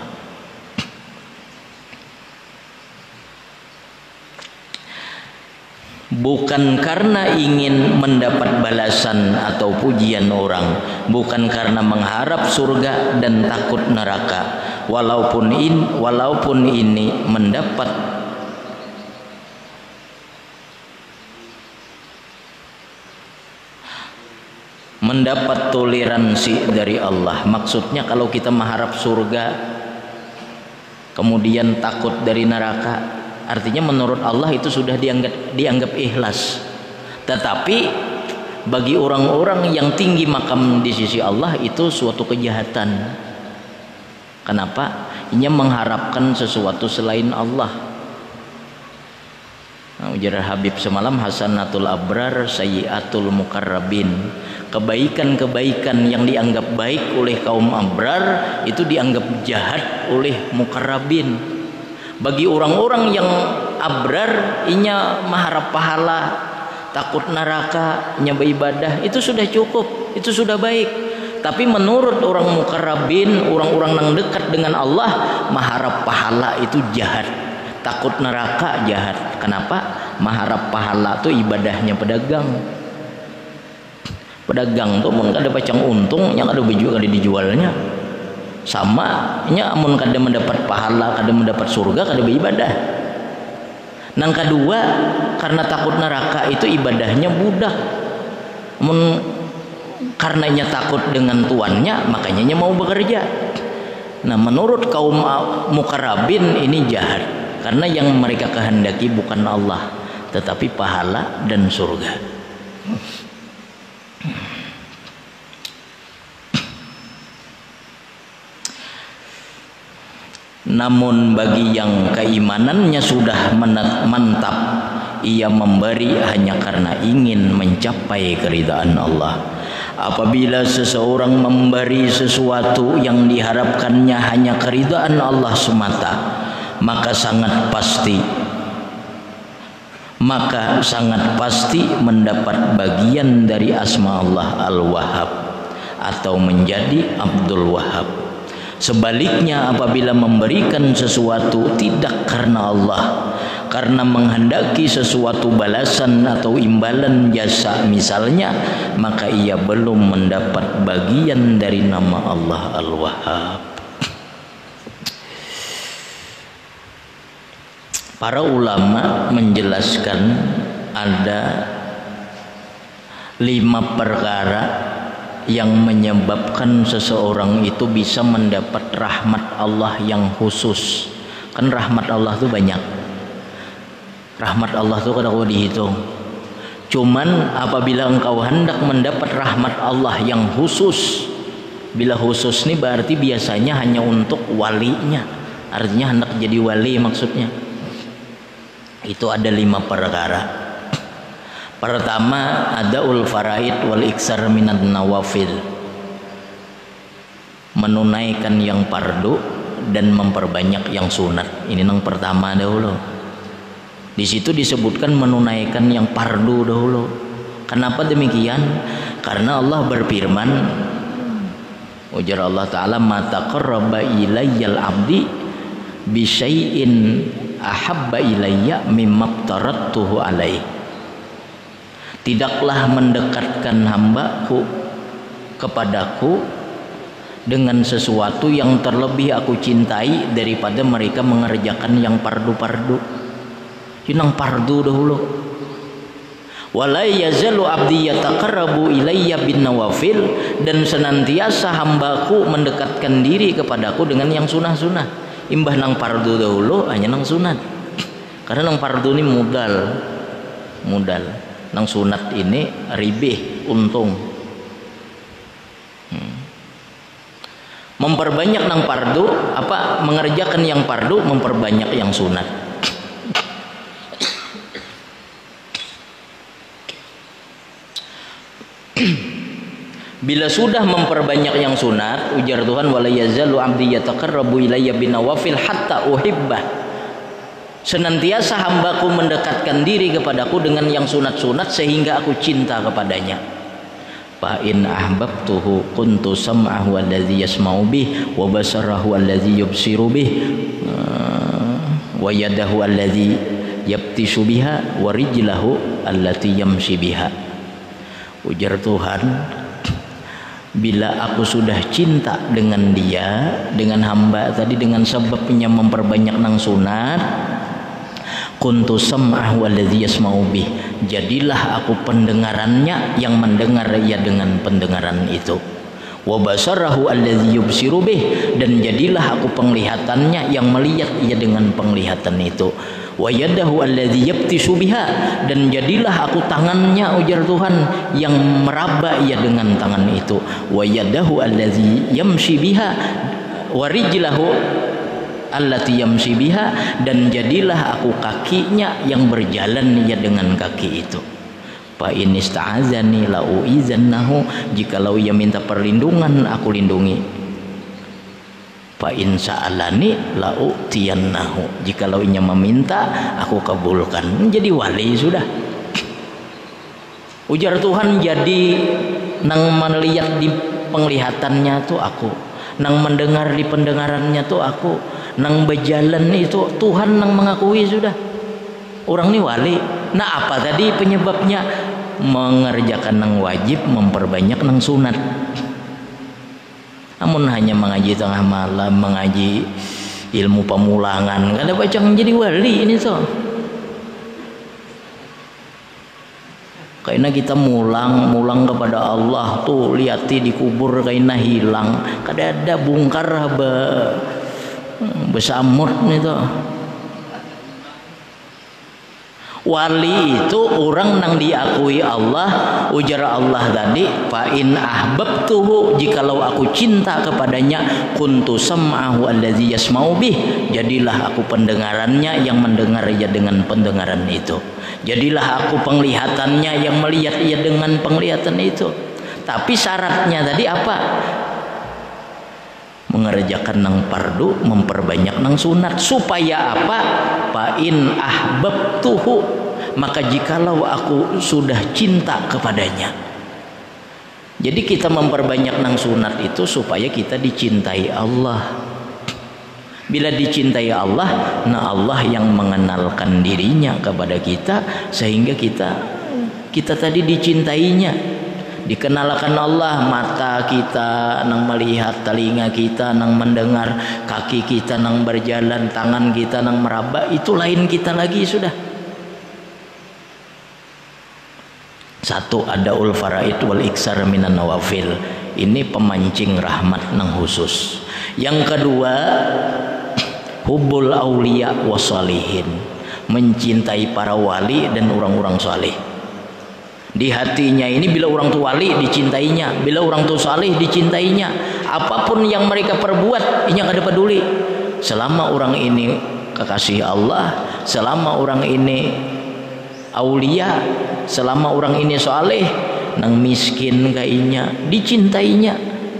[SPEAKER 1] Bukan karena ingin mendapat balasan atau pujian orang, bukan karena mengharap surga dan takut neraka, walaupun ini mendapat toleransi dari Allah. Maksudnya kalau kita mengharap surga kemudian takut dari neraka, artinya menurut Allah itu sudah dianggap ikhlas. Tetapi bagi orang-orang yang tinggi makam di sisi Allah itu suatu kejahatan. Kenapa? Ia mengharapkan sesuatu selain Allah. Nah, ujar Habib semalam, hasanatul abrar sayyiatul mukarrabin. Kebaikan-kebaikan yang dianggap baik oleh kaum abrar itu dianggap jahat oleh mukarrabin. Bagi orang-orang yang abrar, inya mengharap pahala, takut neraka, inya beribadah, itu sudah cukup, itu sudah baik. Tapi menurut orang mukarrabin, orang-orang yang dekat dengan Allah, mengharap pahala itu jahat, takut neraka jahat. Kenapa? Mengharap pahala itu ibadahnya pedagang. Pedagang tuh ada pacang untung, yang ada baju ada dijualnya. Sama nya amun kada mendapat pahala, kada mendapat surga, kada beribadah. Nang kedua, karena takut neraka itu ibadahnya budak. Karena nya takut dengan tuannya, makanya nya mau bekerja. Nah, menurut kaum mukarrabin ini jahat, karena yang mereka kehendaki bukan Allah, tetapi pahala dan surga. Namun bagi yang keimanannya sudah mantap, ia memberi hanya karena ingin mencapai keridhaan Allah. Apabila seseorang memberi sesuatu yang diharapkannya hanya keridhaan Allah semata, maka sangat pasti mendapat bagian dari asma Allah Al-Wahhab atau menjadi Abdul Wahhab. Sebaliknya, apabila memberikan sesuatu tidak karena Allah, karena menghendaki sesuatu balasan atau imbalan jasa misalnya, maka ia belum mendapat bagian dari nama Allah Al-Wahhab. Para ulama menjelaskan ada 5 perkara yang menyebabkan seseorang itu bisa mendapat rahmat Allah yang khusus. Kan rahmat Allah itu banyak. Rahmat Allah itu kada dihitung. Cuman apabila engkau hendak mendapat rahmat Allah yang khusus, bila khusus ini berarti biasanya hanya untuk walinya. Artinya hendak jadi wali maksudnya. Itu ada 5 perkara. Pertama, adaul faraid wal iksar minan nawafil, menunaikan yang fardu dan memperbanyak yang sunat. Ini yang pertama dahulu. Di situ disebutkan menunaikan yang fardu dahulu. Kenapa demikian? Karena Allah berfirman, ujar Allah Ta'ala, ma taqarraba ilayyal abdi bi syai'in ahabba ilayya mimma aftaradtuhu alaih. Tidaklah mendekatkan hambaku kepadaku dengan sesuatu yang terlebih aku cintai daripada mereka mengerjakan yang fardu-fardu. Yang fardu dahulu. Wala yazalu abdi yataqarrabu ilayya bin nawafil, dan senantiasa hambaku mendekatkan diri kepadaku dengan yang sunah-sunah. Imbah nang fardu dahulu hanya nang sunat. Karena nang fardu ini modal. Nang sunat ini ribih, untung. Memperbanyak nang fardu, mengerjakan yang fardu, memperbanyak yang sunat. Bila sudah memperbanyak yang sunat, ujar Tuhan, wala yazalu abdi yataqarrabu ilayya binawafil hatta uhibbah. Senantiasa hambaku mendekatkan diri kepadaku dengan yang sunat-sunat sehingga aku cinta kepadanya. Fa in ahbabtuhu kuntu sam'ahu alladhi yasma'u bih, wa basarahu alladhi yubsiru bih, wa yadahu alladhi yabtishu biha, wa rijlahu allati yamshi biha. Ujar Tuhan, bila aku sudah cinta dengan dia, dengan hamba tadi, dengan sebabnya memperbanyak nang sunat, kuntu sam'ahu alladhi yasma'u bih, jadilah aku pendengarannya yang mendengar ia dengan pendengaran itu. Wa basarahu alladhi yubsiru bih, dan jadilah aku penglihatannya yang melihat ia dengan penglihatan itu. Wa yadahu alladhi yabtishu biha, dan jadilah aku tangannya, ujar Tuhan, yang meraba ia dengan tangan itu. Wa yadahu alladhi yamshi biha, wa rijlahu allati yamshi biha, dan jadilah aku kakinya yang berjalan ia dengan kaki itu. Fa in ista'azani la uizannahu, jikalau ia minta perlindungan aku lindungi. Fa in sa'alani la utiyannahu, jikalau ia meminta aku kabulkan. Jadi wali sudah. Ujar Tuhan, jadi nang melihat di penglihatannya tuh aku, nang mendengar di pendengarannya tuh aku, nang berjalan itu Tuhan nang mengakui sudah. Orang ini wali. Nah, apa tadi penyebabnya? Mengerjakan nang wajib, memperbanyak nang sunat. Namun hanya mengaji tengah malam, mengaji ilmu pemulangan, kada baca menjadi wali ini so. Karena kita mulang kepada Allah tuh, lihati dikubur karena hilang, kada ada bungkar besamut itu. Wali itu orang nang diakui Allah. Ujar Allah tadi, fa in ahbabtuhu, jikalau aku cinta kepadanya, kuntu sam'ahu alladzi yasma'u bih, jadilah aku pendengarannya yang mendengar ia dengan pendengaran itu. Jadilah aku penglihatannya yang melihat ia dengan penglihatan itu. Tapi syaratnya tadi apa? Mengerjakan nang fardu, memperbanyak nang sunat. Supaya apa? Fa in ahbabtuhu, maka jikalau aku sudah cinta kepadanya. Jadi kita memperbanyak nang sunat itu supaya kita dicintai Allah. Bila dicintai Allah, nah Allah yang mengenalkan dirinya kepada kita sehingga kita tadi dicintainya. Dikenalkan Allah, mata kita nang melihat, telinga kita nang mendengar, kaki kita nang berjalan, tangan kita nang meraba, itu lain kita lagi sudah. Satu, adaul faraid wal iksar minan nawafil. Ini pemancing rahmat nang khusus. Yang kedua, hubbul auliya wassalihin, mencintai para wali dan orang-orang saleh. Di hatinya ini, bila orang tua wali dicintainya, bila orang tua saleh dicintainya. Apapun yang mereka perbuat, ini kada peduli. Selama orang ini kekasih Allah, selama orang ini aulia, selama orang ini soleh, nang miskin kainya dicintainya.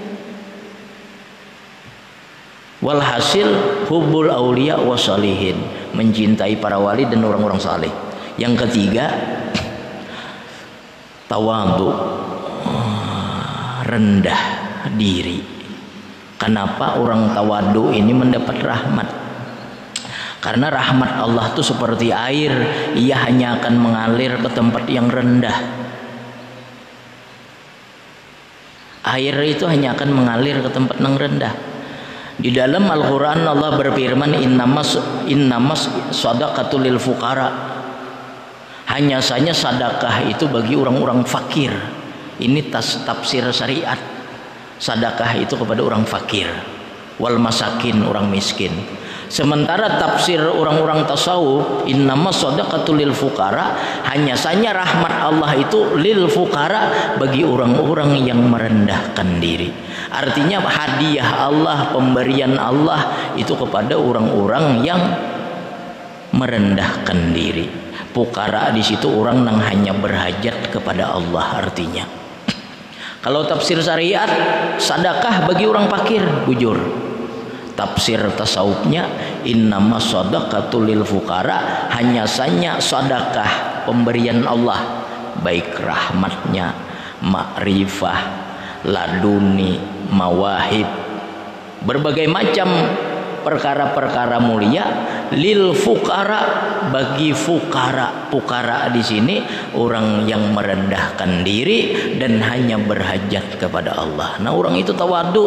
[SPEAKER 1] Walhasil hubbul aulia wasalihin, mencintai para wali dan orang-orang saleh. Yang ketiga, tawadhu, rendah diri. Kenapa orang tawadhu ini mendapat rahmat? Karena rahmat Allah itu seperti air, ia hanya akan mengalir ke tempat yang rendah. Air itu hanya akan mengalir ke tempat yang rendah. Di dalam Al-Quran Allah berfirman, innamas sadaqatul lil fuqara. Hanya saja sedekah itu bagi orang-orang fakir. Ini tafsir syariat. Sedekah itu kepada orang fakir, wal masakin, orang miskin. Sementara tafsir orang-orang tasawuf, innamas sadaqatul lil fuqara, hanya saja rahmat Allah itu lil fuqara, bagi orang-orang yang merendahkan diri. Artinya hadiah Allah, pemberian Allah itu kepada orang-orang yang merendahkan diri. Fuqara di situ orang yang hanya berhajat kepada Allah artinya. Kalau tafsir syariat, sedekah bagi orang fakir, bujur. Tafsir tasawufnya, innamas sadaqatul lil fuqara, hanya saja sedekah pemberian Allah, baik rahmatnya, makrifah, laduni, mawahib, berbagai macam perkara-perkara mulia lil fuqara, bagi fuqara. Fuqara di sini orang yang merendahkan diri dan hanya berhajat kepada Allah. Nah, orang itu tawadhu.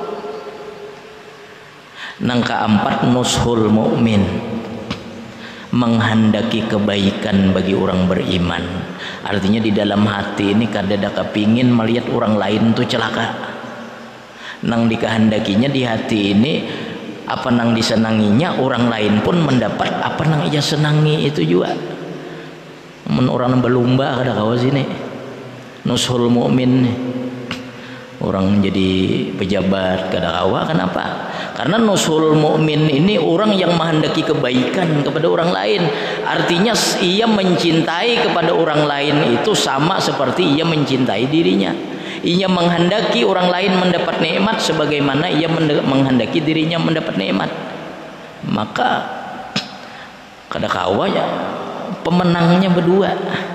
[SPEAKER 1] Nang keempat, nushul mukmin, menghendaki kebaikan bagi orang beriman. Artinya di dalam hati ini kadada kepingin melihat orang lain tuh celaka. Nang dikehendakinya di hati ini, apa nang disenanginya orang lain pun mendapat apa nang ia senangi itu juga. Men orang berlomba kada kawa sini. Nushul mukmin, orang jadi pejabat kada kawa, kenapa? Karena nushul mukmin ini orang yang menghendaki kebaikan kepada orang lain. Artinya ia mencintai kepada orang lain itu sama seperti ia mencintai dirinya. Ia menghendaki orang lain mendapat nikmat sebagaimana ia menghendaki dirinya mendapat nikmat. Maka kada kawa ya pemenangnya berdua.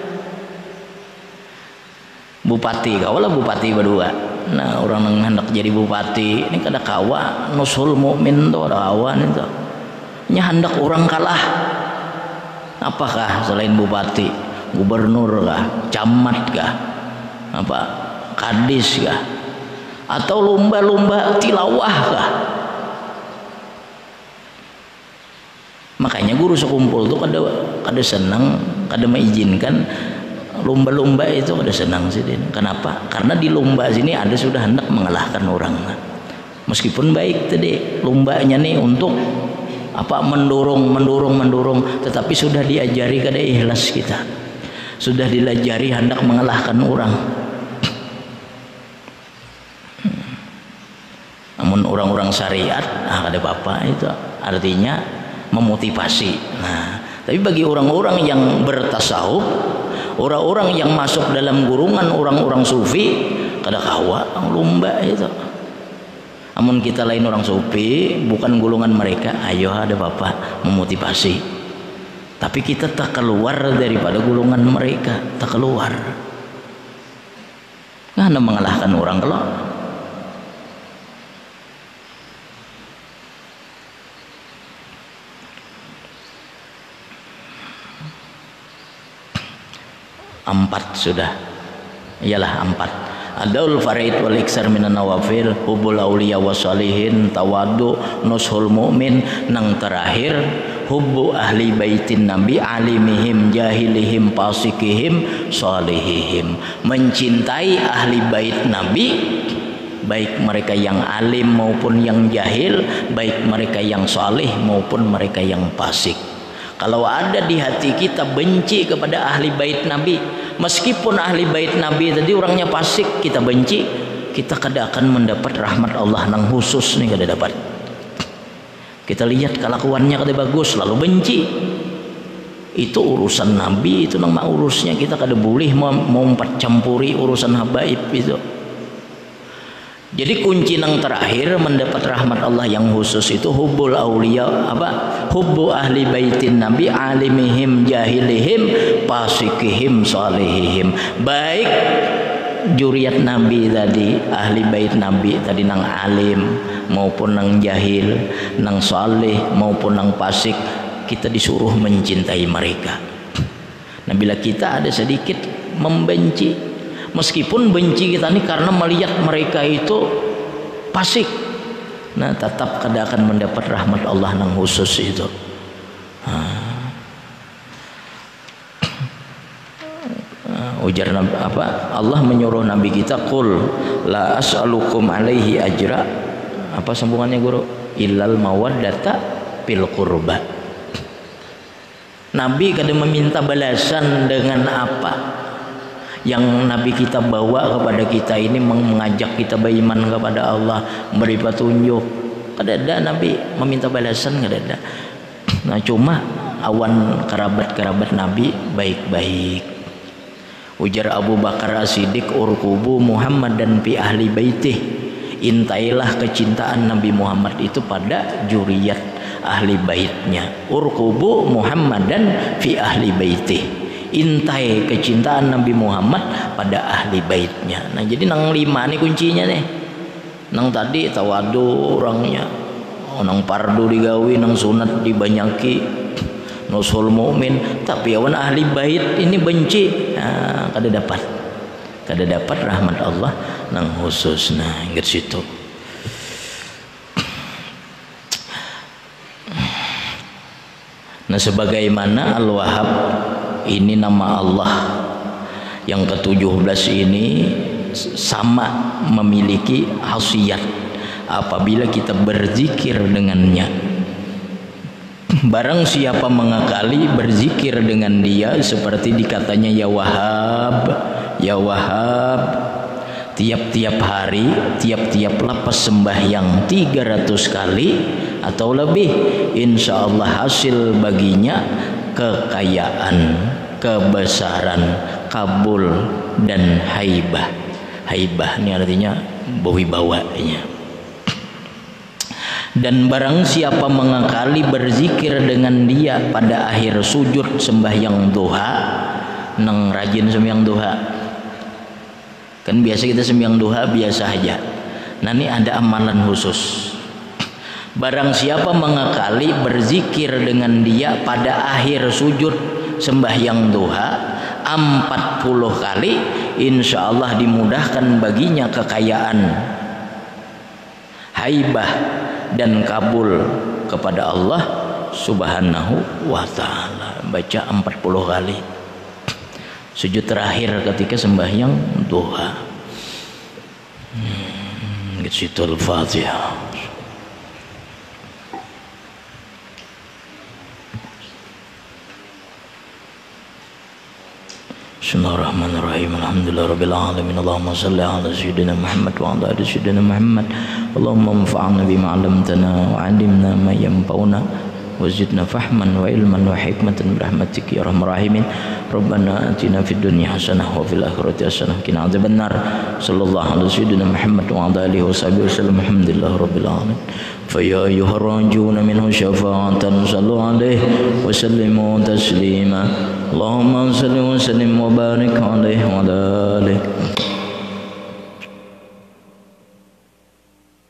[SPEAKER 1] Bupati kawalah bupati berdua. Nah, orang yang hendak jadi bupati ini kada kawa nusul mukmin tuh ada kawan itu. Nya hendak orang kalah. Apakah selain bupati, gubernur kah, camat kah, apa kadis kah, atau lomba-lomba tilawah kah? Makanya guru sekumpul tuh kada senang, kada mengizinkan lomba-lomba itu, kada senang sih. Kenapa? Karena di lomba sini ada sudah hendak mengalahkan orang. Meskipun baik tadi lombanya nih untuk apa, mendorong, tetapi sudah diajari kada ikhlas kita. Sudah diajari hendak mengalahkan orang. Namun orang-orang syariat kada apa-apa itu. Artinya memotivasi. Nah, tapi bagi orang-orang yang bertasawuf, orang-orang yang masuk dalam gurungan orang-orang sufi, kada kawa lomba itu. Namun kita lain orang sufi, bukan golongan mereka, ayo ada bapak memotivasi. Tapi kita tak keluar daripada golongan mereka, tak keluar. Karena mengalahkan orang kalau empat sudah, iyalah empat. Adaul farid wal iksar minan nawafil, hubul auliya wasalihin, tawadhu, nushul mu'min. Nang terakhir hubbu ahli baitin nabi, alimihim, jahilihim, pasikihim, salihihim. Mencintai ahli bait nabi, baik mereka yang alim maupun yang jahil, baik mereka yang salih maupun mereka yang fasik. Kalau ada di hati kita benci kepada ahli bait Nabi, meskipun ahli bait Nabi tadi orangnya fasik, kita benci, kita kada akan mendapat rahmat Allah nang khusus nih, kada dapat. Kita lihat kelakuannya kada bagus, lalu benci. Itu urusan Nabi, itu nama urusnya, kita kada boleh mau campuri urusan habaib itu. Jadi kunci yang terakhir mendapat rahmat Allah yang khusus itu hubbul auliya, hubbu ahli baitin nabi, alimihim jahilihim fasikihim salihihim. Baik juriat nabi tadi, ahli bait nabi tadi, nang alim maupun nang jahil, nang salih maupun nang fasik, kita disuruh mencintai mereka. Nah, bila kita ada sedikit membenci, meskipun benci kita ini karena melihat mereka itu fasik, nah tetap kada akan mendapat rahmat Allah yang khusus itu. Ujar Allah menyuruh Nabi kita, qul la as'alukum alaihi ajra, apa sambungannya guru, illal mawaddata fil qurba. Nabi kada meminta balasan dengan apa yang Nabi kita bawa kepada kita ini, mengajak kita beriman kepada Allah, memberi petunjuk. Kada ada Nabi meminta balasan, kada ada. Nah, cuma awan kerabat-kerabat Nabi baik-baik. Ujar Abu Bakar As-Siddiq, urkubu Muhammad dan fi ahli baitih, intailah kecintaan Nabi Muhammad itu pada juriyat ahli baitnya. Urkubu Muhammad dan fi ahli baitih, intai kecintaan Nabi Muhammad pada ahli baitnya. Nah, jadi nang 5 nih kuncinya nih. Nang tadi tawadu orangnya, nang pardu digawi, nang sunat dibanyaki, nusul mukmin, tapi awan ahli bait ini benci, nah, kada dapat rahmat Allah nang khusus. Nah, ingat situ. Nah, sebagaimana Al-Wahhab ini nama Allah yang ke-17 ini sama memiliki khasiat apabila kita berzikir dengannya. Barang siapa mengakali berzikir dengan dia seperti dikatanya ya Wahhab, ya Wahhab, tiap-tiap hari, tiap-tiap lepas sembahyang 300 kali atau lebih, insya Allah hasil baginya kekayaan, kebesaran, kabul dan haibah. Haibah ini artinya bawibawanya. Dan barang siapa mengakali berzikir dengan dia pada akhir sujud sembahyang duha, nang rajin sembahyang duha, kan biasa kita sembahyang duha biasa aja. Nah, ini ada amalan khusus. Barang siapa mengakali berzikir dengan dia pada akhir sujud sembahyang duha 40 kali, insya Allah dimudahkan baginya kekayaan, haibah dan kabul kepada Allah Subhanahu wa ta'ala. Baca 40 kali sujud terakhir ketika sembahyang duha. Gitu. Al-Fatihah. Bismillahirrahmanirrahim. Alhamdulillahirabbil alamin. Allahumma shalli ala sayyidina Muhammad wa ala ali sayyidina Muhammad. Allahumma anfa'na bima 'allamtana wa 'allimna ma yanfa'una wa zidna fahman wa ilman wa hikmatan birahmatika ya arhamar rahimin. Rabbana atina fid dunya hasanah wa fil akhirati hasanah wa qina adzabannar. Sallallahu alaihi sayyidina Muhammad wa ala alihi washabihi wasallam. Alhamdulillahirabbil alamin. فيا أيها الراجون منه شفاعة صلوا عليه وسلموا تسليما اللهم صل وسلم وبارك عليه وعلى آله